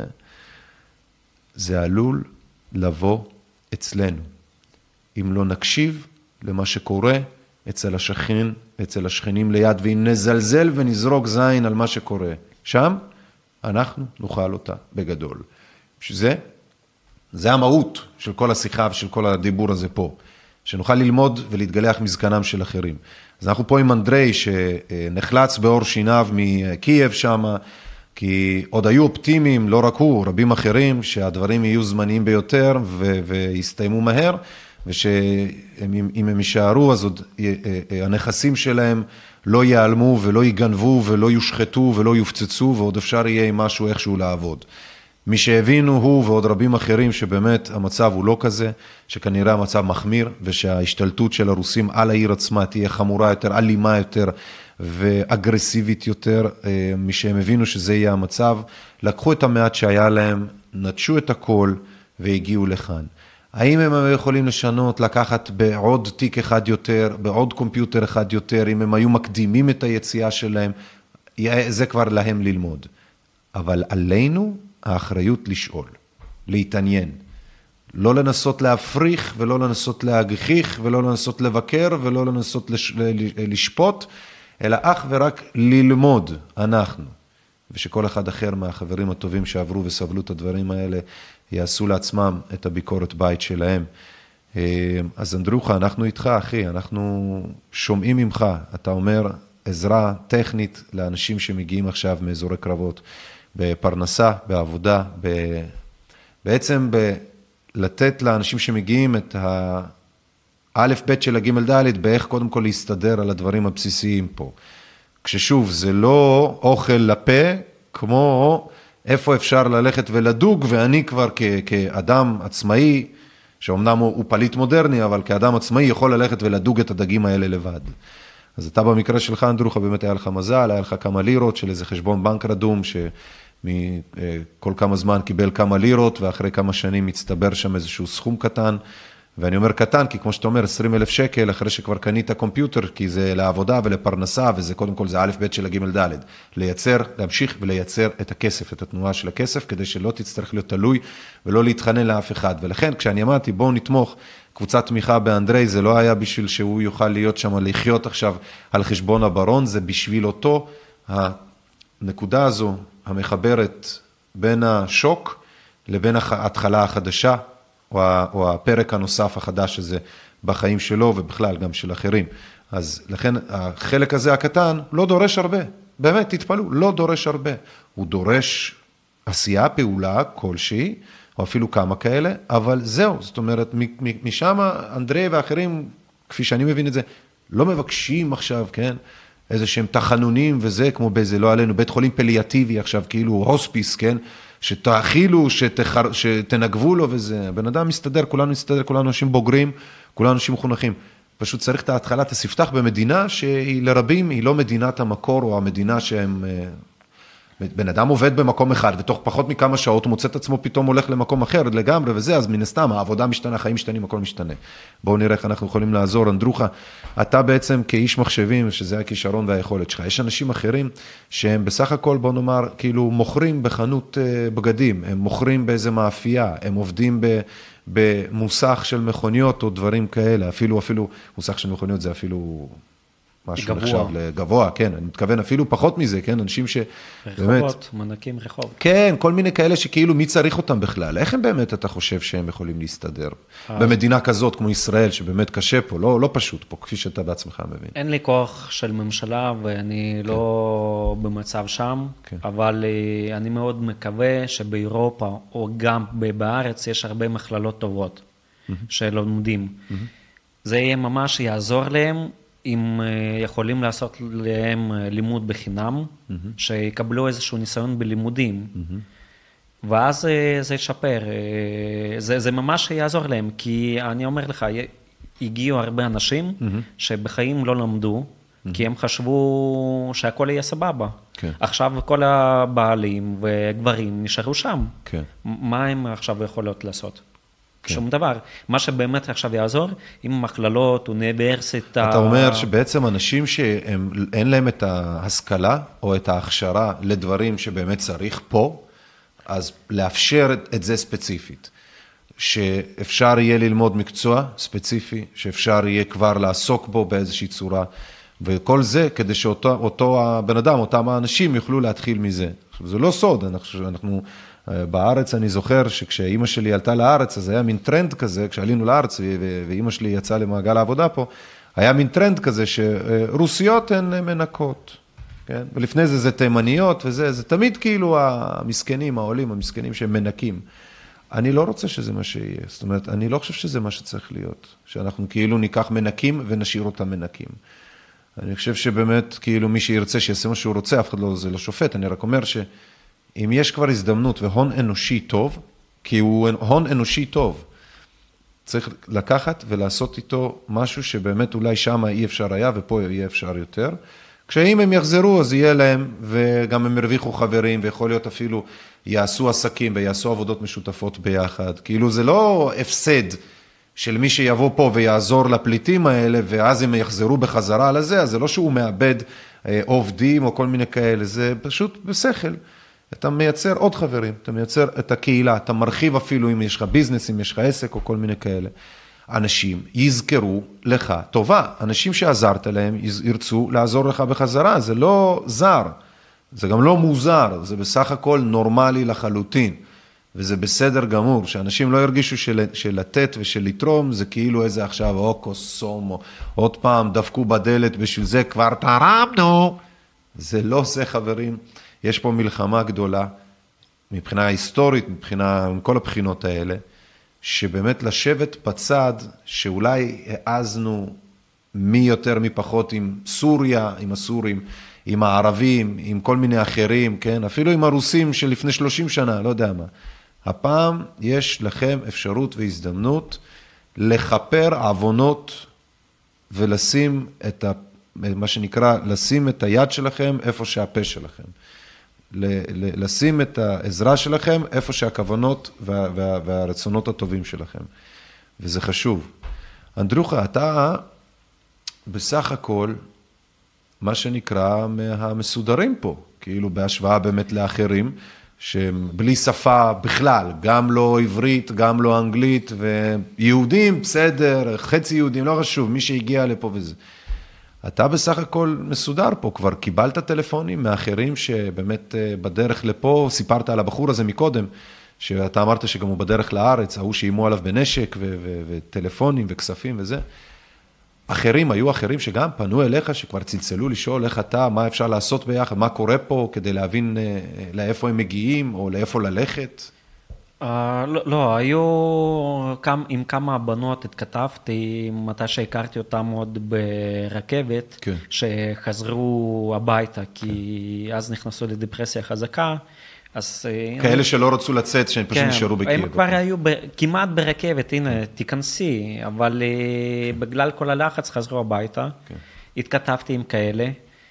S1: זה עלול לבוא אצלנו. אם לא נקשיב למה שקורה אצל השכן, אצל השכנים ליד, ואם נזלזל ונזרוק זין על מה שקורה שם, אנחנו נאכל אותה בגדול. שזה, זה המהות של כל השיחה ושל כל הדיבור הזה פה. שנוכל ללמוד ולהתגלח מזקנם של אחרים. אז אנחנו פה עם אנדרי שנחלץ באור שיניו מקייב שם, כי עוד היו אופטימיים, לא רק הוא, רבים אחרים, שהדברים יהיו זמניים ביותר ו- ויסתיימו מהר, ושאם הם יישארו, אז עוד הנכסים שלהם לא ייעלמו ולא ייגנבו ולא יושחתו ולא יופצצו, ועוד אפשר יהיה עם משהו איכשהו לעבוד. מי שהבינו הוא ועוד רבים אחרים שבאמת המצב הוא לא כזה, שכנראה המצב מחמיר, ושההשתלטות של הרוסים על העיר עצמה תהיה חמורה יותר, אלימה יותר ואגרסיבית יותר. מי שהם הבינו שזה יהיה המצב, לקחו את המעט שהיה להם, נטשו את הכל והגיעו לכאן. האם הם יכולים לשנות, לקחת בעוד תיק אחד יותר, בעוד קומפיוטר אחד יותר, אם הם היו מקדימים את היציאה שלהם, זה כבר להם ללמוד. אבל עלינו האחריות לשאול, להתעניין, לא לנסות להפריך ולא לנסות להגחיך ולא לנסות לבקר ולא לנסות לש... לשפוט, אלא אך ורק ללמוד אנחנו, ושכל אחד אחר מהחברים הטובים שעברו וסבלו את הדברים האלה, יעשו לעצמם את הביקורת בית שלהם. אז אנדרוך, אנחנו איתך אחי, אנחנו שומעים ממך, אתה אומר עזרה טכנית לאנשים שמגיעים עכשיו מאזורי קרבות, בפרנסה, בעבודה, ב... בעצם ב... לתת לאנשים שמגיעים את האלף בית של הג' ד' באיך קודם כל להסתדר על הדברים הבסיסיים פה. כששוב, זה לא אוכל לפה, כמו איפה אפשר ללכת ולדוג, ואני כבר כ... כאדם עצמאי, שאומנם הוא, הוא פליט מודרני, אבל כאדם עצמאי יכול ללכת ולדוג את הדגים האלה לבד. אז אתה במקרה שלך, אנדרוך, באמת היה לך מזל, היה לך כמה לירות של איזה חשבון בנק רדום, שמכל כמה זמן קיבל כמה לירות, ואחרי כמה שנים מצטבר שם איזשהו סכום קטן, ואני אומר קטן, כי כמו שאתה אומר, עשרים אלף שקל, אחרי שכבר קנית קומפיוטר, כי זה לעבודה ולפרנסה, וזה קודם כל, זה א' ב' של הג' ד', לייצר, להמשיך ולייצר את הכסף, את התנועה של הכסף, כדי שלא תצטרך להיות תלוי, ולא להתחנן לאף אחד. ולכן, כשאני אמרתי, בואו נתמוך קבוצת תמיכה באנדרי, זה לא היה בשביל שהוא יוכל להיות שם, לחיות עכשיו על חשבון הברון, זה בשביל אותו, הנקודה הזו, המחברת בין השוק, לבין ההתחלה החדשה, או הפרק הנוסף החדש הזה בחיים שלו, ובכלל גם של אחרים. אז לכן החלק הזה הקטן לא דורש הרבה, באמת תתפלו, לא דורש הרבה. הוא דורש עשייה, פעולה כלשהי, או אפילו כמה כאלה, אבל זהו, זאת אומרת, משם אנדרי ואחרים, כפי שאני מבין את זה, לא מבקשים עכשיו, כן, איזה שהם תחנונים וזה, כמו באיזה, לא עלינו, בית חולים פליאטיבי עכשיו, כאילו הוספיס, כן, שתאכילו, שתחר, שתנגבו לו וזה. הבן אדם מסתדר, כולנו מסתדר, כולנו אנשים בוגרים, כולנו אנשים מחונכים. פשוט צריך את ההתחלה, את הספתח במדינה שהיא לרבים, היא לא מדינת המקור או המדינה שהם... בן אדם עובד במקום אחד, ותוך פחות מכמה שעות הוא מוצא את עצמו, פתאום הולך למקום אחר לגמרי וזה, אז מן הסתם, העבודה משתנה, החיים משתנים, הכל משתנה. בואו נראה איך אנחנו יכולים לעזור. אנדרוחה, אתה בעצם כאיש מחשבים, שזה הכישרון והיכולת שלך. יש אנשים אחרים שהם בסך הכל, בואו נאמר, כאילו מוכרים בחנות בגדים, הם מוכרים באיזה מאפייה, הם עובדים ב... במוסך של מכוניות או דברים כאלה, אפילו, אפילו, מוסך של מכוניות זה אפילו... משהו נחשב לגבוה, כן, אני מתכוון אפילו פחות מזה, כן, אנשים ש...
S2: רחובות, מנקים רחוב.
S1: כן, כל מיני כאלה שכאילו מי צריך אותם בכלל, איך הם באמת אתה חושב שהם יכולים להסתדר? במדינה כזאת כמו ישראל, שבאמת קשה פה, לא, לא פשוט פה, כפי שאתה בעצמך מבין.
S2: אין לי כוח של ממשלה ואני לא במצב שם, אבל אני מאוד מקווה שבאירופה או גם בארץ יש הרבה מכללות טובות שלומדים. זה יהיה ממש יעזור להם, אם יכולים לעשות להם לימוד בחינם, mm-hmm. שיקבלו איזשהו ניסיון בלימודים, mm-hmm. ואז זה ישפר, זה, זה ממש יעזור להם, כי אני אומר לך, הגיעו הרבה אנשים mm-hmm. שבחיים לא למדו, mm-hmm. כי הם חשבו שהכל יהיה סבבה. כן. עכשיו כל הבעלים וגברים נשארו שם. כן. מה הם עכשיו יכולות לעשות? שום דבר. מה שבאמת עכשיו יעזור, עם מכללות, אוניברסיטה...
S1: אתה אומר שבעצם אנשים שאין להם את ההשכלה או את ההכשרה לדברים שבאמת צריך פה, אז לאפשר את זה ספציפית. שאפשר יהיה ללמוד מקצוע ספציפי, שאפשר יהיה כבר לעסוק בו באיזושהי צורה, וכל זה כדי שאותו אותו הבן אדם, אותם האנשים יוכלו להתחיל מזה. זה לא סוד, אנחנו... אנחנו בארץ אני זוכר שכשאימא שלי עלתה לארץ, אז היה מין טרנד כזה, כשעלינו לארץ ואימא שלי יצאה למעגל העבודה פה, היה מין טרנד כזה שרוסיות הן מנקות, כן? ולפני זה זה תימניות וזה, זה תמיד כאילו המסכנים, העולים, המסכנים שהם מנקים. אני לא רוצה שזה מה שיהיה, זאת אומרת, אני לא חושב שזה מה שצריך להיות, שאנחנו כאילו ניקח מנקים ונשאיר אותם מנקים. אני חושב שבאמת כאילו מי שירצה שיעשה מה שהוא רוצה, אף אחד לא, זה לא שופט, אני רק אומר ש... אם יש כבר הזדמנות והון אנושי טוב, כי הוא הון אנושי טוב, צריך לקחת ולעשות איתו משהו שבאמת אולי שם אי אפשר היה ופה יהיה אפשר יותר. כשאם הם יחזרו אז יהיה להם וגם הם הרוויחו חברים ויכול להיות אפילו יעשו עסקים ויעשו עבודות משותפות ביחד. כאילו זה לא הפסד של מי שיבוא פה ויעזור לפליטים האלה ואז הם יחזרו בחזרה לזה, אז זה לא שהוא מאבד עובדים או כל מיני כאלה, זה פשוט בשכל. אתה מייצר עוד חברים, אתה מייצר את הקהילה, אתה מרחיב אפילו אם יש לך ביזנס, אם יש לך עסק או כל מיני כאלה. אנשים יזכרו לך טובה, אנשים שעזרת להם ירצו לעזור לך בחזרה, זה לא זר, זה גם לא מוזר, זה בסך הכל נורמלי לחלוטין, וזה בסדר גמור, שאנשים לא ירגישו של, שלתת ושלתרום, זה כאילו איזה עכשיו או קוסום, או עוד פעם דפקו בדלת, בשביל זה כבר תרמנו, זה לא זה חברים. יש פה מלחמה גדולה, מבחינה היסטורית, מבחינה, מכל הבחינות האלה, שבאמת לשבת בצד, שאולי העזנו מי יותר מי פחות עם סוריה, עם הסורים, עם הערבים, עם כל מיני אחרים, כן? אפילו עם הרוסים של לפני שלושים שנה, לא יודע מה. הפעם יש לכם אפשרות והזדמנות לחפר עוונות ולשים את ה... מה שנקרא, לשים את היד שלכם איפה שהפה שלכם. לשים את העזרה שלכם איפה שהכוונות וה, וה, והרצונות הטובים שלכם. וזה חשוב. אנדרוחה, אתה בסך הכל, מה שנקרא, מהמסודרים פה, כאילו בהשוואה באמת לאחרים, שהם בלי שפה בכלל, גם לא עברית, גם לא אנגלית, ויהודים, בסדר, חצי יהודים, לא חשוב, מי שהגיע לפה וזה. אתה בסך הכל מסודר פה, כבר קיבלת טלפונים מאחרים שבאמת בדרך לפה, סיפרת על הבחור הזה מקודם, שאתה אמרת שגם הוא בדרך לארץ, ההוא שאימו עליו בנשק ו- ו- וטלפונים וכספים וזה. אחרים, היו אחרים שגם פנו אליך, שכבר צלצלו לשאול איך אתה, מה אפשר לעשות ביחד, מה קורה פה, כדי להבין לאיפה הם מגיעים, או לאיפה ללכת?
S2: Uh, לא, לא, היו כמה, עם כמה בנות התכתבתי, מתי שהכרתי אותם עוד ברכבת,
S1: כן.
S2: שחזרו הביתה, כי אז נכנסו לדיפרסיה חזקה. אז,
S1: כאלה
S2: הנה,
S1: שלא רצו לצאת, שהם פשוט
S2: כן,
S1: נשארו בקייב.
S2: הם כבר היו ב, כמעט ברכבת, הנה, תיכנסי, אבל uh, בגלל כל הלחץ חזרו הביתה. כן. התכתבתי עם כאלה,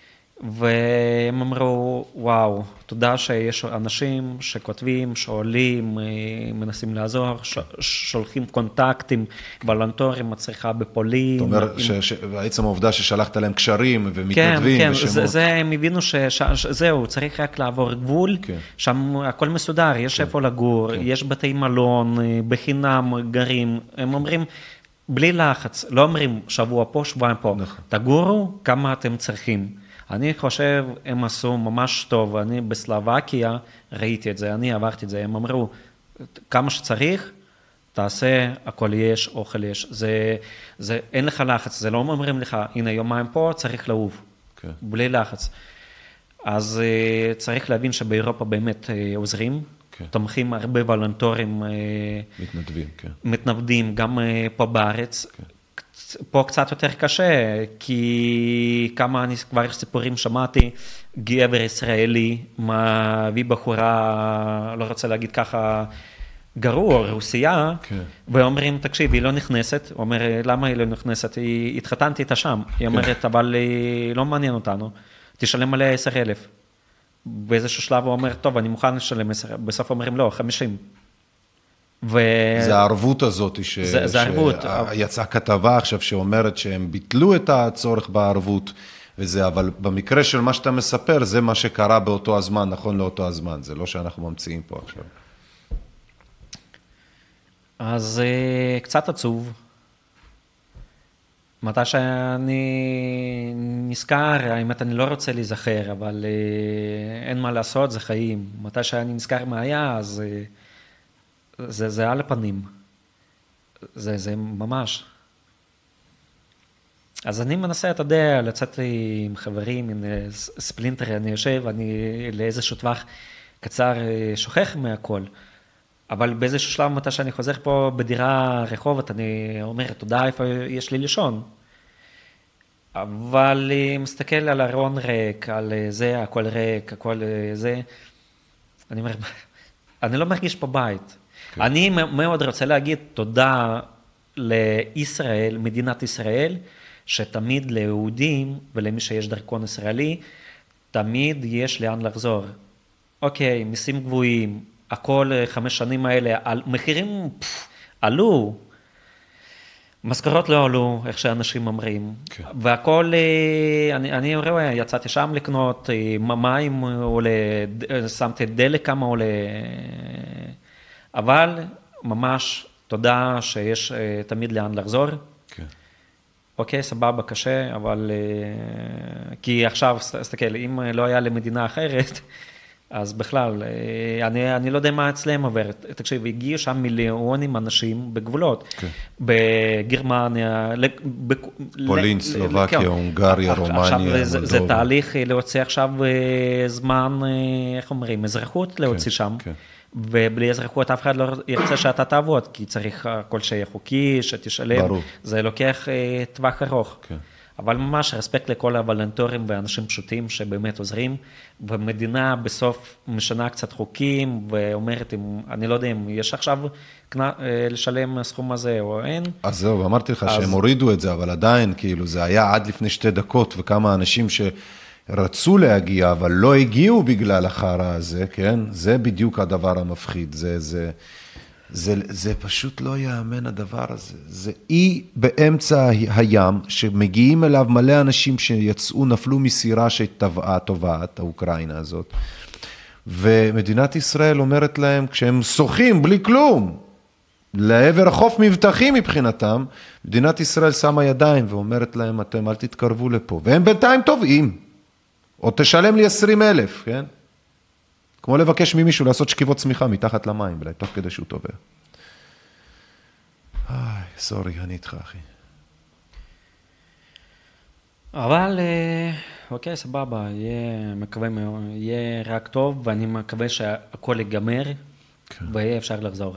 S2: והם אמרו, וואו, תודה שיש אנשים שכותבים, שואלים, מנסים לעזור, ש- שולחים קונטקטים, וולונטורים, מצריכה בפולין.
S1: אתה אומר,
S2: עם...
S1: בעצם העובדה ששלחת להם קשרים ומתנדבים
S2: כן, כן,
S1: ושמות.
S2: זה, זה, הם הבינו שזהו, צריך רק לעבור גבול, כן. שם הכל מסודר, יש כן. איפה לגור, כן. יש בתי מלון, בחינם גרים, הם אומרים, בלי לחץ, לא אומרים שבוע פה, שבועיים פה, נכון. תגורו כמה אתם צריכים. אני חושב, הם עשו ממש טוב, אני בסלובקיה ראיתי את זה, אני עברתי את זה, הם אמרו, כמה שצריך, תעשה, הכל יש, אוכל יש, זה, זה, אין לך לחץ, זה לא אומרים לך, הנה יומיים פה, צריך לעוף, okay. בלי לחץ. אז uh, צריך להבין שבאירופה באמת uh, עוזרים, okay. תומכים הרבה וולונטורים, uh,
S1: מתנדבים, כן.
S2: מתנדבים, גם uh, פה בארץ, okay. פה קצת יותר קשה, כי כמה אני כבר סיפורים שמעתי, גבר ישראלי, מביא בחורה, לא רוצה להגיד ככה, גרוע, רוסייה, okay. ואומרים, תקשיב, היא לא נכנסת, הוא אומר, למה היא לא נכנסת? היא התחתנתי איתה שם, היא אומרת, אבל היא לא מעניין אותנו, תשלם עליה עשר אלף. באיזשהו שלב הוא אומר, טוב, אני מוכן לשלם עשר, בסוף אומרים, לא, חמישים. ו...
S1: זה הערבות הזאת, ש...
S2: זה, זה הערבות.
S1: שיצאה כתבה עכשיו שאומרת שהם ביטלו את הצורך בערבות, וזה, אבל במקרה של מה שאתה מספר, זה מה שקרה באותו הזמן, נכון לאותו הזמן, זה לא שאנחנו ממציאים פה עכשיו.
S2: אז קצת עצוב. מתי שאני נזכר, האמת אני לא רוצה להיזכר, אבל אין מה לעשות, זה חיים. מתי שאני נזכר מה היה, אז זה, זה על הפנים. זה, זה ממש. אז אני מנסה, אתה יודע, לצאת עם חברים, עם ספלינטר, אני יושב, אני לאיזשהו טווח קצר שוכח מהכל. אבל באיזשהו שלב, מתי שאני חוזר פה בדירה רחובות, אני אומר, תודה, איפה יש לי לישון. אבל מסתכל על ארון ריק, על זה, הכל ריק, הכל זה. אני אומר, אני לא מרגיש פה בית. Okay. אני מאוד רוצה להגיד תודה לישראל, מדינת ישראל, שתמיד ליהודים ולמי שיש דרכון ישראלי, תמיד יש לאן לחזור. אוקיי, מיסים גבוהים, הכל חמש שנים האלה, מחירים פף, עלו, משכורות לא עלו, איך שאנשים אומרים, okay. והכל, אני, אני רואה, יצאתי שם לקנות, מים עולה, שמתי דלק כמה עולה, אבל ממש תודה שיש תמיד לאן לחזור. Okay. אוקיי, סבבה, קשה, אבל כי עכשיו, תסתכל, אם לא היה למדינה אחרת, אז בכלל, אני, אני לא יודע מה אצלם עובר. תקשיב, הגיעו שם מיליונים אנשים בגבולות. Okay. בגרמניה,
S1: פולין, ל, סלובקיה, ל, הונגריה, רומניה,
S2: עכשיו,
S1: מולדובה.
S2: זה, זה תהליך להוציא עכשיו זמן, איך אומרים, אזרחות להוציא okay. שם. Okay. ובלי אזרחות אף אחד לא ירצה שאתה תעבוד, כי צריך כל שיהיה חוקי, שתשלם. ברור. זה לוקח טווח ארוך. Okay. אבל ממש רספקט לכל הוולונטורים ואנשים פשוטים שבאמת עוזרים, ומדינה בסוף משנה קצת חוקים, ואומרת, אם, אני לא יודע אם יש עכשיו לשלם סכום הזה או אין. אז
S1: זהו, אמרתי לך אז... שהם הורידו את זה, אבל עדיין, כאילו, זה היה עד לפני שתי דקות, וכמה אנשים שרצו להגיע, אבל לא הגיעו בגלל החרא הזה, כן? זה בדיוק הדבר המפחיד, זה, זה... זה, זה פשוט לא יאמן הדבר הזה. זה אי באמצע הים, שמגיעים אליו מלא אנשים שיצאו, נפלו מסירה שטבעה, טובעת, האוקראינה הזאת. ומדינת ישראל אומרת להם, כשהם שוחים בלי כלום, לעבר החוף מבטחים מבחינתם, מדינת ישראל שמה ידיים ואומרת להם, אתם אל תתקרבו לפה. והם בינתיים טובעים. או תשלם לי עשרים אלף, כן? כמו לבקש ממישהו לעשות שכיבות צמיחה מתחת למים, אולי תוך כדי שהוא טובע. איי, סורי, אני איתך, אחי.
S2: אבל, אוקיי, סבבה, יהיה, מקווה, יהיה רק טוב, ואני מקווה שהכל ייגמר, כן. ויהיה אפשר לחזור.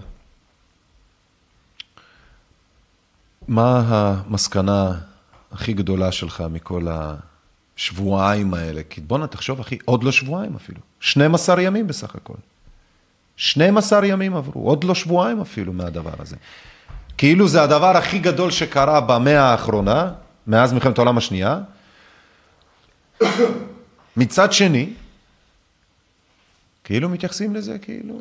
S1: מה המסקנה הכי גדולה שלך מכל השבועיים האלה? כי בוא נתחשוב, אחי, עוד לא שבועיים אפילו. שנים עשר ימים בסך הכל. שנים עשר ימים עברו, עוד לא שבועיים אפילו מהדבר הזה. כאילו זה הדבר הכי גדול שקרה במאה האחרונה, מאז מלחמת העולם השנייה. מצד שני, כאילו מתייחסים לזה, כאילו...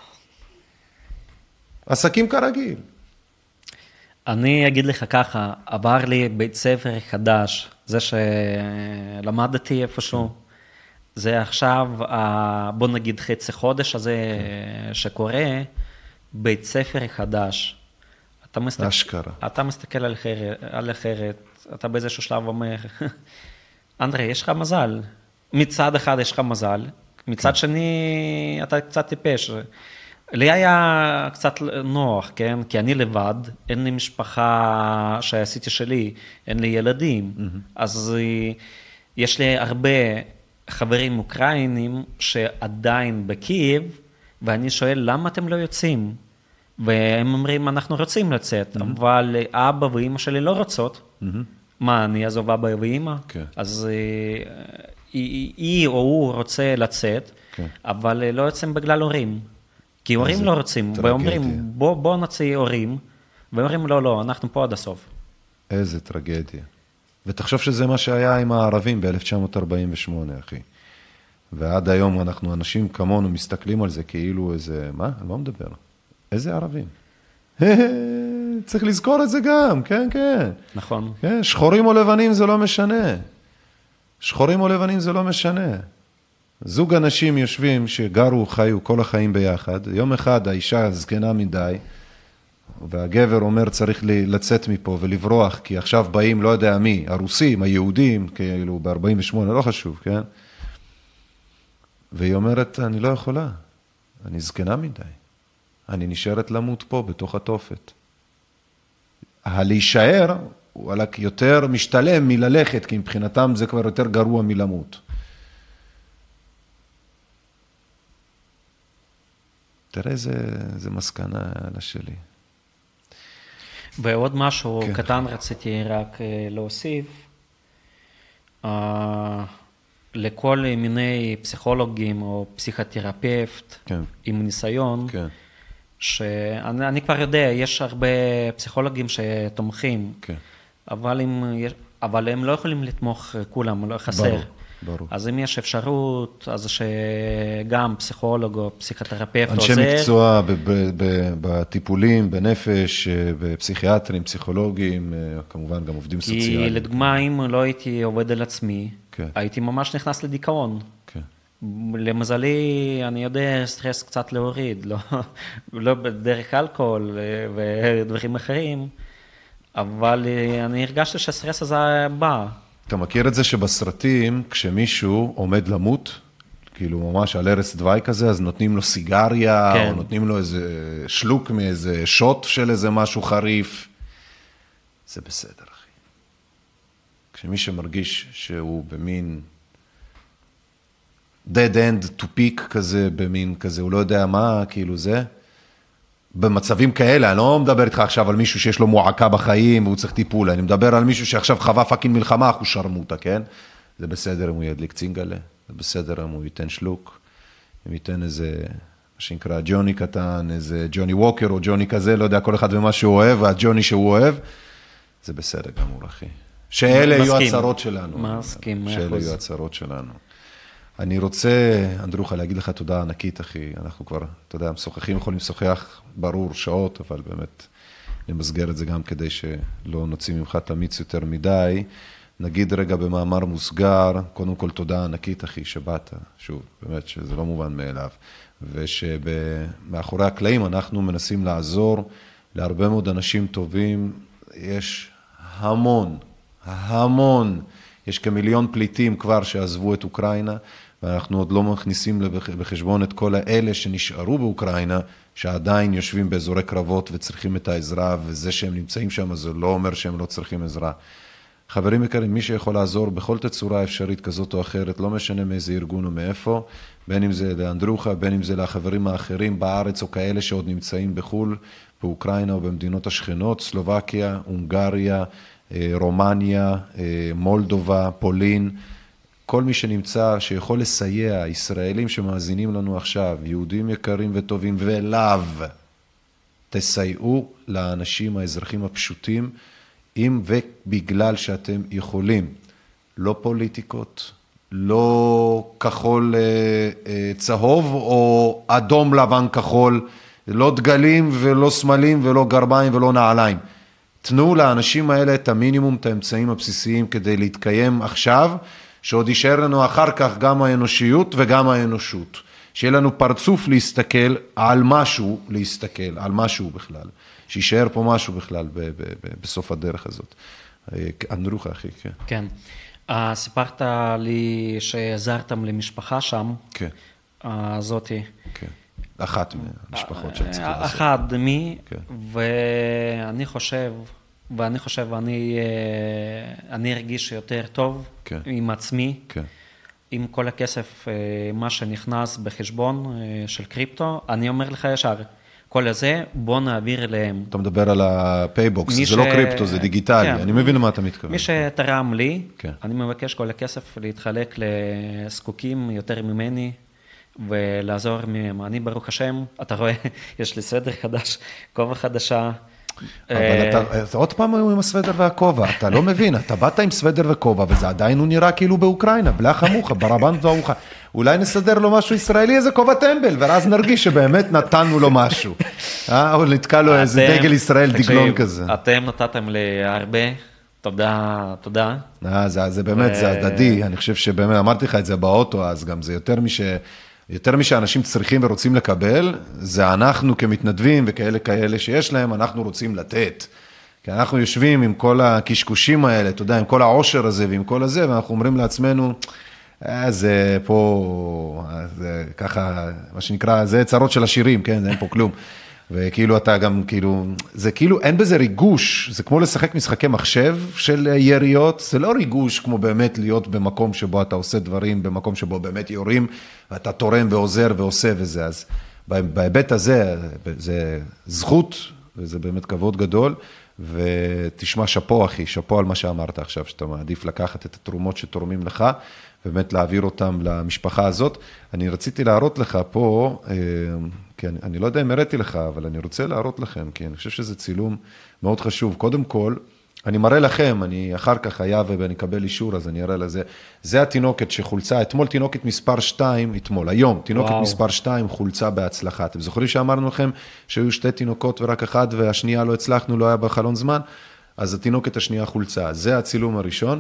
S1: עסקים כרגיל.
S2: אני אגיד לך ככה, עבר לי בית ספר חדש, זה שלמדתי איפשהו, זה עכשיו, בוא נגיד חצי חודש הזה שקורה, בית ספר חדש. אתה מסתכל,
S1: אשכרה.
S2: אתה מסתכל על אחרת, על אחרת, אתה באיזשהו שלב אומר, אנדרי, יש לך מזל. מצד אחד יש לך מזל, מצד שני אתה קצת טיפש. לי היה קצת נוח, כן? כי אני לבד, אין לי משפחה שעשיתי שלי, אין לי ילדים. אז יש לי הרבה חברים אוקראינים שעדיין בקייב, ואני שואל, למה אתם לא יוצאים? והם אומרים, אנחנו רוצים לצאת, אבל אבא ואמא שלי לא רוצות. מה, אני אעזוב אבא ואמא? אז היא או הוא רוצה לצאת, אבל לא יוצאים בגלל הורים. כי הורים לא רוצים, ואומרים, בוא, בוא נצא הורים, ואומרים, לא, לא, אנחנו פה עד הסוף.
S1: איזה טרגדיה. ותחשוב שזה מה שהיה עם הערבים ב-אלף תשע מאות ארבעים ושמונה, אחי. ועד היום אנחנו, אנשים כמונו, מסתכלים על זה כאילו איזה, מה? על מה מדבר? איזה ערבים? צריך לזכור את זה גם, כן, כן.
S2: נכון.
S1: כן, שחורים או לבנים זה לא משנה. שחורים או לבנים זה לא משנה. זוג אנשים יושבים שגרו, חיו כל החיים ביחד, יום אחד האישה זקנה מדי, והגבר אומר צריך לצאת מפה ולברוח, כי עכשיו באים לא יודע מי, הרוסים, היהודים, כאילו ב-ארבעים ושמונה, לא חשוב, כן? והיא אומרת, אני לא יכולה, אני זקנה מדי, אני נשארת למות פה בתוך התופת. הלהישאר הוא יותר משתלם מללכת, כי מבחינתם זה כבר יותר גרוע מלמות. תראה איזה, איזה מסקנה לשלי.
S2: ועוד משהו כן. קטן רציתי רק להוסיף, uh, לכל מיני פסיכולוגים או פסיכותרפיסט כן. עם ניסיון, כן. שאני אני כבר יודע, יש הרבה פסיכולוגים שתומכים, כן. אבל, הם, אבל הם לא יכולים לתמוך כולם, לא חסר. ברור. ברור. אז אם יש אפשרות, אז שגם פסיכולוג או פסיכותרפיסט עוזר. אנשי
S1: מקצוע בטיפולים, בנפש, בפסיכיאטרים, פסיכולוגים, כמובן גם עובדים סוציאליים.
S2: כי לדוגמה, אם לא הייתי עובד על עצמי, כן. הייתי ממש נכנס לדיכאון. כן. למזלי, אני יודע סטרס קצת להוריד, לא, לא בדרך אלכוהול ודברים אחרים, אבל אני הרגשתי שהסטרס הזה בא.
S1: אתה מכיר את זה שבסרטים, כשמישהו עומד למות, כאילו ממש על ערש דווי כזה, אז נותנים לו סיגריה, כן. או נותנים לו איזה שלוק מאיזה שוט של איזה משהו חריף. זה בסדר, אחי. כשמי שמרגיש שהוא במין dead end to peak כזה, במין כזה, הוא לא יודע מה, כאילו זה, במצבים כאלה, אני לא מדבר איתך עכשיו על מישהו שיש לו מועקה בחיים והוא צריך טיפול, אני מדבר על מישהו שעכשיו חווה פאקינג מלחמה, הוא שרמוטה, כן? זה בסדר אם הוא ידליק צינגלה, זה בסדר אם הוא ייתן שלוק, אם ייתן איזה, מה שנקרא, ג'וני קטן, איזה ג'וני ווקר או ג'וני כזה, לא יודע, כל אחד ומה שהוא אוהב, והג'וני שהוא אוהב, זה בסדר גמור, אחי. שאלה יהיו הצרות שלנו.
S2: מסכים,
S1: שאלה יהיו הצרות שלנו. אני רוצה, אנדרוחה, להגיד לך תודה ענקית, אחי. אנחנו כבר, אתה יודע, משוחחים, יכולים לשוחח ברור שעות, אבל באמת נמסגר את זה גם כדי שלא נוציא ממך את המיץ יותר מדי. נגיד רגע במאמר מוסגר, קודם כל תודה ענקית, אחי, שבאת. שוב, באמת שזה לא מובן מאליו. ושמאחורי הקלעים אנחנו מנסים לעזור להרבה מאוד אנשים טובים. יש המון, המון, יש כמיליון פליטים כבר שעזבו את אוקראינה, ואנחנו עוד לא מכניסים בחשבון את כל האלה שנשארו באוקראינה, שעדיין יושבים באזורי קרבות וצריכים את העזרה, וזה שהם נמצאים שם, זה לא אומר שהם לא צריכים עזרה. חברים יקרים, מי שיכול לעזור בכל תצורה אפשרית כזאת או אחרת, לא משנה מאיזה ארגון או מאיפה, בין אם זה לאנדרוחה, בין אם זה לחברים האחרים בארץ או כאלה שעוד נמצאים בחול, באוקראינה או במדינות השכנות, סלובקיה, הונגריה, רומניה, מולדובה, פולין, כל מי שנמצא שיכול לסייע, ישראלים שמאזינים לנו עכשיו, יהודים יקרים וטובים ולאו, תסייעו לאנשים, האזרחים הפשוטים, אם ובגלל שאתם יכולים, לא פוליטיקות, לא כחול צהוב או אדום לבן כחול, לא דגלים ולא סמלים ולא גרביים ולא נעליים. תנו לאנשים האלה את המינימום, את האמצעים הבסיסיים כדי להתקיים עכשיו, שעוד יישאר לנו אחר כך גם האנושיות וגם האנושות. שיהיה לנו פרצוף להסתכל על משהו, להסתכל על משהו בכלל. שישאר פה משהו בכלל ב- ב- ב- בסוף הדרך הזאת. אנדרוחה, אחי, כן.
S2: כן. Uh, סיפרת לי שעזרתם למשפחה שם.
S1: כן.
S2: Uh, זאתי.
S1: כן. אחת מהמשפחות שאת צריכה לעשות.
S2: אחד מי,
S1: כן.
S2: ואני חושב, ואני חושב, אני, אני ארגיש יותר טוב
S1: כן.
S2: עם עצמי,
S1: כן.
S2: עם כל הכסף, מה שנכנס בחשבון של קריפטו, אני אומר לך ישר, כל הזה, בוא נעביר אליהם.
S1: אתה מדבר על הפייבוקס, זה
S2: ש...
S1: לא קריפטו, זה דיגיטלי,
S2: כן.
S1: אני מבין למה אתה מתכוון.
S2: מי שתרם לי,
S1: כן.
S2: אני מבקש כל הכסף להתחלק לזקוקים יותר ממני, ולעזור מהם. אני ברוך השם, אתה רואה, יש לי סוודר חדש, כובע חדשה.
S1: אבל אתה, אתה עוד פעם הוא עם הסוודר והכובע, אתה לא מבין, אתה באת עם סוודר וכובע, וזה עדיין הוא נראה כאילו באוקראינה, בלח המוחה, ברבן זוהוכה. אולי נסדר לו משהו ישראלי, איזה כובע טמבל, ואז נרגיש שבאמת נתנו לו משהו. אה, או נתקע לו איזה דגל ישראל, דגלון כזה.
S2: אתם נתתם לי הרבה, תודה, תודה.
S1: אה, זה, זה באמת, זה הדדי, אני חושב שבאמת, אמרתי לך את זה באוטו, אז גם זה יותר מש... יותר משאנשים צריכים ורוצים לקבל, זה אנחנו כמתנדבים וכאלה כאלה שיש להם, אנחנו רוצים לתת. כי אנחנו יושבים עם כל הקשקושים האלה, אתה יודע, עם כל העושר הזה ועם כל הזה, ואנחנו אומרים לעצמנו, אה, זה פה, זה ככה, מה שנקרא, זה צרות של השירים, כן, זה אין פה כלום. וכאילו אתה גם, כאילו, זה כאילו, אין בזה ריגוש, זה כמו לשחק משחקי מחשב של יריות, זה לא ריגוש כמו באמת להיות במקום שבו אתה עושה דברים, במקום שבו באמת יורים, ואתה תורם ועוזר ועושה וזה, אז בהיבט הזה, זה זכות, וזה באמת כבוד גדול, ותשמע שפו אחי, שפו על מה שאמרת עכשיו, שאתה מעדיף לקחת את התרומות שתורמים לך, ובאמת להעביר אותם למשפחה הזאת. אני רציתי להראות לך פה, כי אני, אני לא יודע אם הראיתי לך, אבל אני רוצה להראות לכם, כי אני חושב שזה צילום מאוד חשוב. קודם כל, אני מראה לכם, אני אחר כך היה ואני אקבל אישור, אז אני אראה לזה. זה התינוקת שחולצה, אתמול תינוקת מספר שתיים, אתמול, היום, תינוקת וואו. מספר שתיים חולצה בהצלחה. אתם זוכרים שאמרנו לכם שהיו שתי תינוקות ורק אחת, והשנייה לא הצלחנו, לא היה בחלון זמן, אז התינוקת השנייה חולצה. זה הצילום הראשון.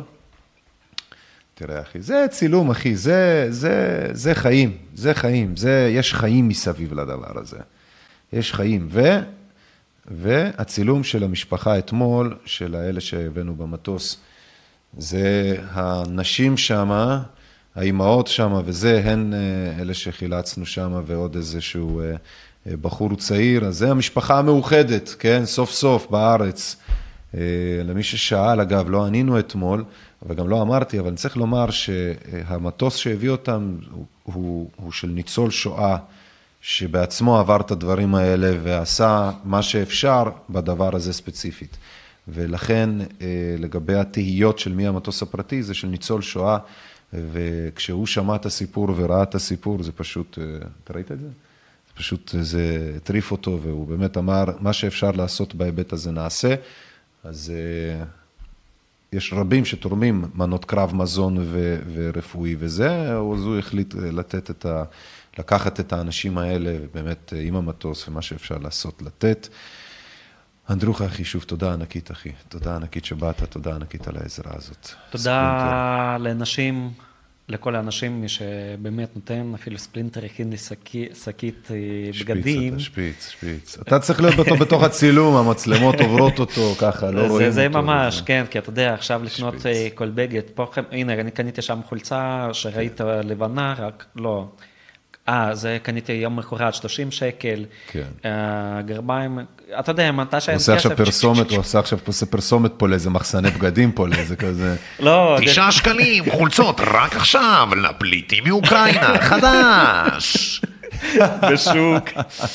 S1: תראה אחי, זה צילום אחי, זה, זה, זה חיים, זה חיים, זה, יש חיים מסביב לדבר הזה. יש חיים, ו, והצילום של המשפחה אתמול, של האלה שהבאנו במטוס, זה הנשים שמה, האימהות שמה, וזה הן אלה שחילצנו שמה, ועוד איזשהו בחור צעיר, אז זה המשפחה המאוחדת, כן, סוף סוף בארץ. למי ששאל, אגב, לא ענינו אתמול, וגם לא אמרתי, אבל אני צריך לומר שהמטוס שהביא אותם הוא, הוא, הוא של ניצול שואה, שבעצמו עבר את הדברים האלה ועשה מה שאפשר בדבר הזה ספציפית. ולכן לגבי התהיות של מי המטוס הפרטי, זה של ניצול שואה, וכשהוא שמע את הסיפור וראה את הסיפור, זה פשוט, אתה ראית את זה? זה פשוט, זה הטריף אותו, והוא באמת אמר, מה שאפשר לעשות בהיבט הזה נעשה, אז יש רבים שתורמים מנות קרב, מזון ו- ורפואי וזה, אז הוא החליט לתת את ה... לקחת את האנשים האלה, ובאמת עם המטוס ומה שאפשר לעשות, לתת. אנדרוך, אחי, שוב, תודה ענקית, אחי. תודה ענקית שבאת, תודה ענקית על העזרה הזאת.
S2: תודה לאנשים, לכל האנשים, מי שבאמת נותן, אפילו ספלינטר הכין לי שקית בגדים.
S1: שפיץ, שפיץ. אתה צריך להיות אותו בתוך הצילום, המצלמות עוברות אותו ככה, לא רואים אותו.
S2: זה ממש, כן, כי אתה יודע, עכשיו לקנות כל בגד, הנה, אני קניתי שם חולצה שראית לבנה, רק לא. אה, זה קניתי יום מחרת שלושים שקל, גרביים, אתה יודע, מתי שאין כסף.
S1: הוא עושה עכשיו פרסומת, הוא עושה עכשיו פרסומת פה לאיזה מחסני בגדים פה, לאיזה כזה.
S2: לא.
S3: תשעה שקלים, חולצות, רק עכשיו, לפליטים מאוקראינה, חדש.
S2: בשוק.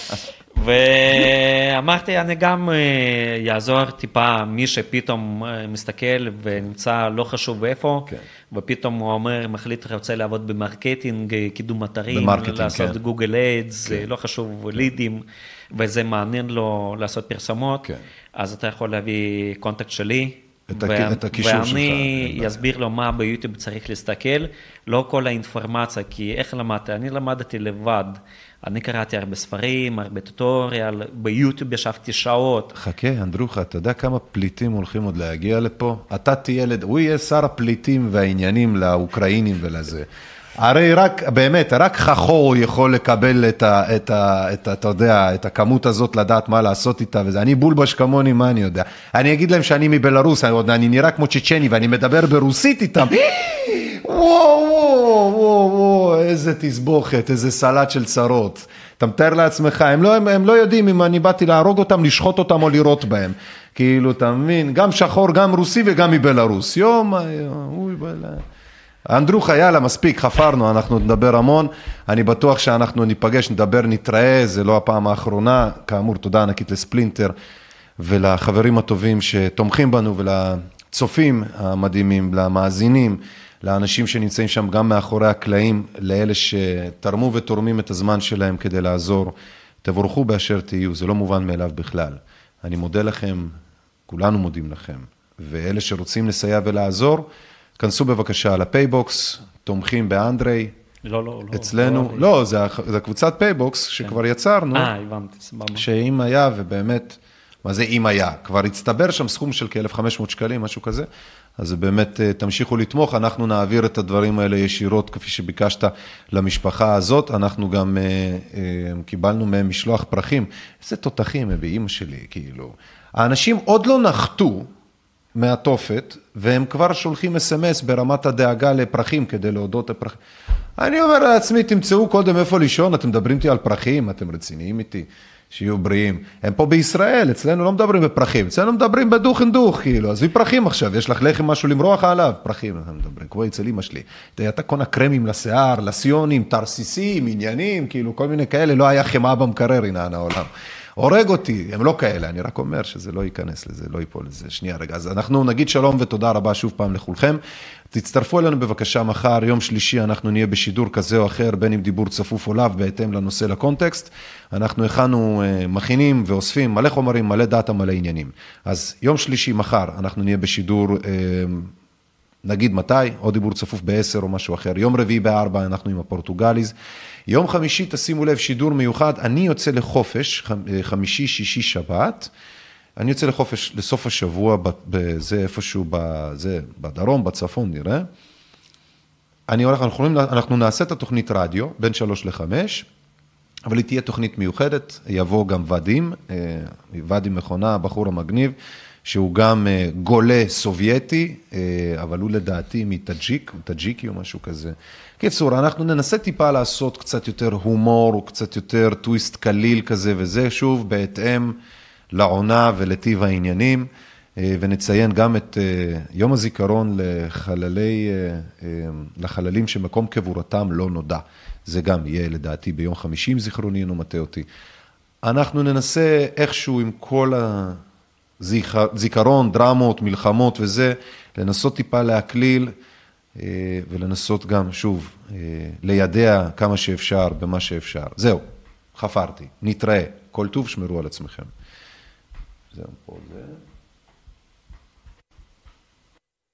S2: ואמרתי, אני גם יעזור טיפה, מי שפתאום מסתכל ונמצא לא חשוב איפה, ופתאום הוא אומר, מחליט רוצה לעבוד במרקטינג, קידום אתרים, לעשות גוגל אדס, לא חשוב, לידים, וזה מעניין לו לעשות פרסמות, אז אתה יכול להביא קונטקט שלי, ואני אסביר לו מה ביוטיוב צריך להסתכל, לא כל האינפורמציה, כי איך למדתי? אני למדתי לבד, אני קראתי הרבה ספרים, הרבה טוטוריאל, ביוטיוב ישבתי שעות.
S1: חכה, אנדרוך, אתה יודע כמה פליטים הולכים עוד להגיע לפה? אתה תהיה, הוא יהיה שר הפליטים והעניינים לאוקראינים ולזה. הרי רק, באמת, רק חכור יכול לקבל את ה, את ה, את ה, אתה יודע, את הכמות הזאת לדעת מה לעשות איתה וזה. אני בולבש כמוני, מה אני יודע? אני אגיד להם שאני מבלרוס, אני, אני נראה כמו צ'צ'ני ואני מדבר ברוסית איתם. וואו, וואו, וואו, וואו, איזה תסבוכת, איזה סלט של צרות. אתה מתאר לעצמך, הם לא, הם, הם לא יודעים אם אני באתי להרוג אותם, לשחוט אותם או לירות בהם. כאילו, אתה מבין? גם שחור, גם רוסי וגם מבלרוס. יום, אוי, בלה. אנדרוחה, יאללה, מספיק, חפרנו, אנחנו נדבר המון, אני בטוח שאנחנו ניפגש, נדבר, נתראה, זה לא הפעם האחרונה, כאמור, תודה ענקית לספלינטר ולחברים הטובים שתומכים בנו ולצופים המדהימים, למאזינים, לאנשים שנמצאים שם גם מאחורי הקלעים, לאלה שתרמו ותורמים את הזמן שלהם כדי לעזור, תבורכו באשר תהיו, זה לא מובן מאליו בכלל. אני מודה לכם, כולנו מודים לכם, ואלה שרוצים לסייע ולעזור, כנסו בבקשה על הפייבוקס, תומכים באנדרי,
S2: לא, לא, לא.
S1: אצלנו, לא, לא זה, זה הקבוצת פייבוקס שכבר יצרנו,
S2: אה, הבנתי, סבבה.
S1: שאם היה, ובאמת, מה זה אם היה? כבר הצטבר שם סכום של כ-אלף וחמש מאות שקלים, משהו כזה, אז באמת תמשיכו לתמוך, אנחנו נעביר את הדברים האלה ישירות, כפי שביקשת למשפחה הזאת, אנחנו גם אה, אה, קיבלנו מהם משלוח פרחים, איזה תותחים הם באמא שלי, כאילו. האנשים עוד לא נחתו, מהתופת, והם כבר שולחים אס אם אס ברמת הדאגה לפרחים, כדי להודות לפרחים. אני אומר לעצמי, תמצאו קודם איפה לישון, אתם מדברים איתי על פרחים, אתם רציניים איתי, שיהיו בריאים. הם פה בישראל, אצלנו לא מדברים בפרחים, אצלנו מדברים בדוך אין דוך, כאילו, אז פרחים עכשיו, יש לך לחם משהו למרוח עליו, פרחים, אנחנו מדברים, כמו אצל אמא שלי. אתה קונה קרמים לשיער, לסיונים, תרסיסים, עניינים, כאילו, כל מיני כאלה, לא היה חמאה במקרר, הנה העולם. הורג אותי, הם לא כאלה, אני רק אומר שזה לא ייכנס לזה, לא ייפול לזה. שנייה רגע, אז אנחנו נגיד שלום ותודה רבה שוב פעם לכולכם. תצטרפו אלינו בבקשה מחר, יום שלישי, אנחנו נהיה בשידור כזה או אחר, בין אם דיבור צפוף או לאו, בהתאם לנושא לקונטקסט. אנחנו הכנו, מכינים ואוספים מלא חומרים, מלא דאטה, מלא עניינים. אז יום שלישי מחר, אנחנו נהיה בשידור, נגיד מתי, או דיבור צפוף בעשר או משהו אחר. יום רביעי בארבע, אנחנו עם הפורטוגליז. יום חמישי, תשימו לב, שידור מיוחד, אני יוצא לחופש, חמישי, שישי, שבת, אני יוצא לחופש לסוף השבוע, בזה איפשהו, בזה, בדרום, בצפון נראה. אני הולך, אנחנו, אנחנו נעשה את התוכנית רדיו, בין שלוש לחמש, אבל היא תהיה תוכנית מיוחדת, יבוא גם ודים, ודים מכונה, בחור המגניב, שהוא גם גולה סובייטי, אבל הוא לדעתי מטאג'יק, טאג'יקי או משהו כזה. קיצור, אנחנו ננסה טיפה לעשות קצת יותר הומור, או קצת יותר טוויסט קליל כזה, וזה שוב בהתאם לעונה ולטיב העניינים, ונציין גם את יום הזיכרון לחללי, לחללים שמקום קבורתם לא נודע. זה גם יהיה לדעתי ביום חמישים זיכרוני, נו מטה אותי. אנחנו ננסה איכשהו עם כל הזיכרון, דרמות, מלחמות וזה, לנסות טיפה להקליל, ולנסות גם, שוב, לידע כמה שאפשר במה שאפשר. זהו, חפרתי, נתראה, כל טוב, שמרו על עצמכם. זהו, פה זה.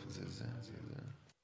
S1: זה זה, זה זה.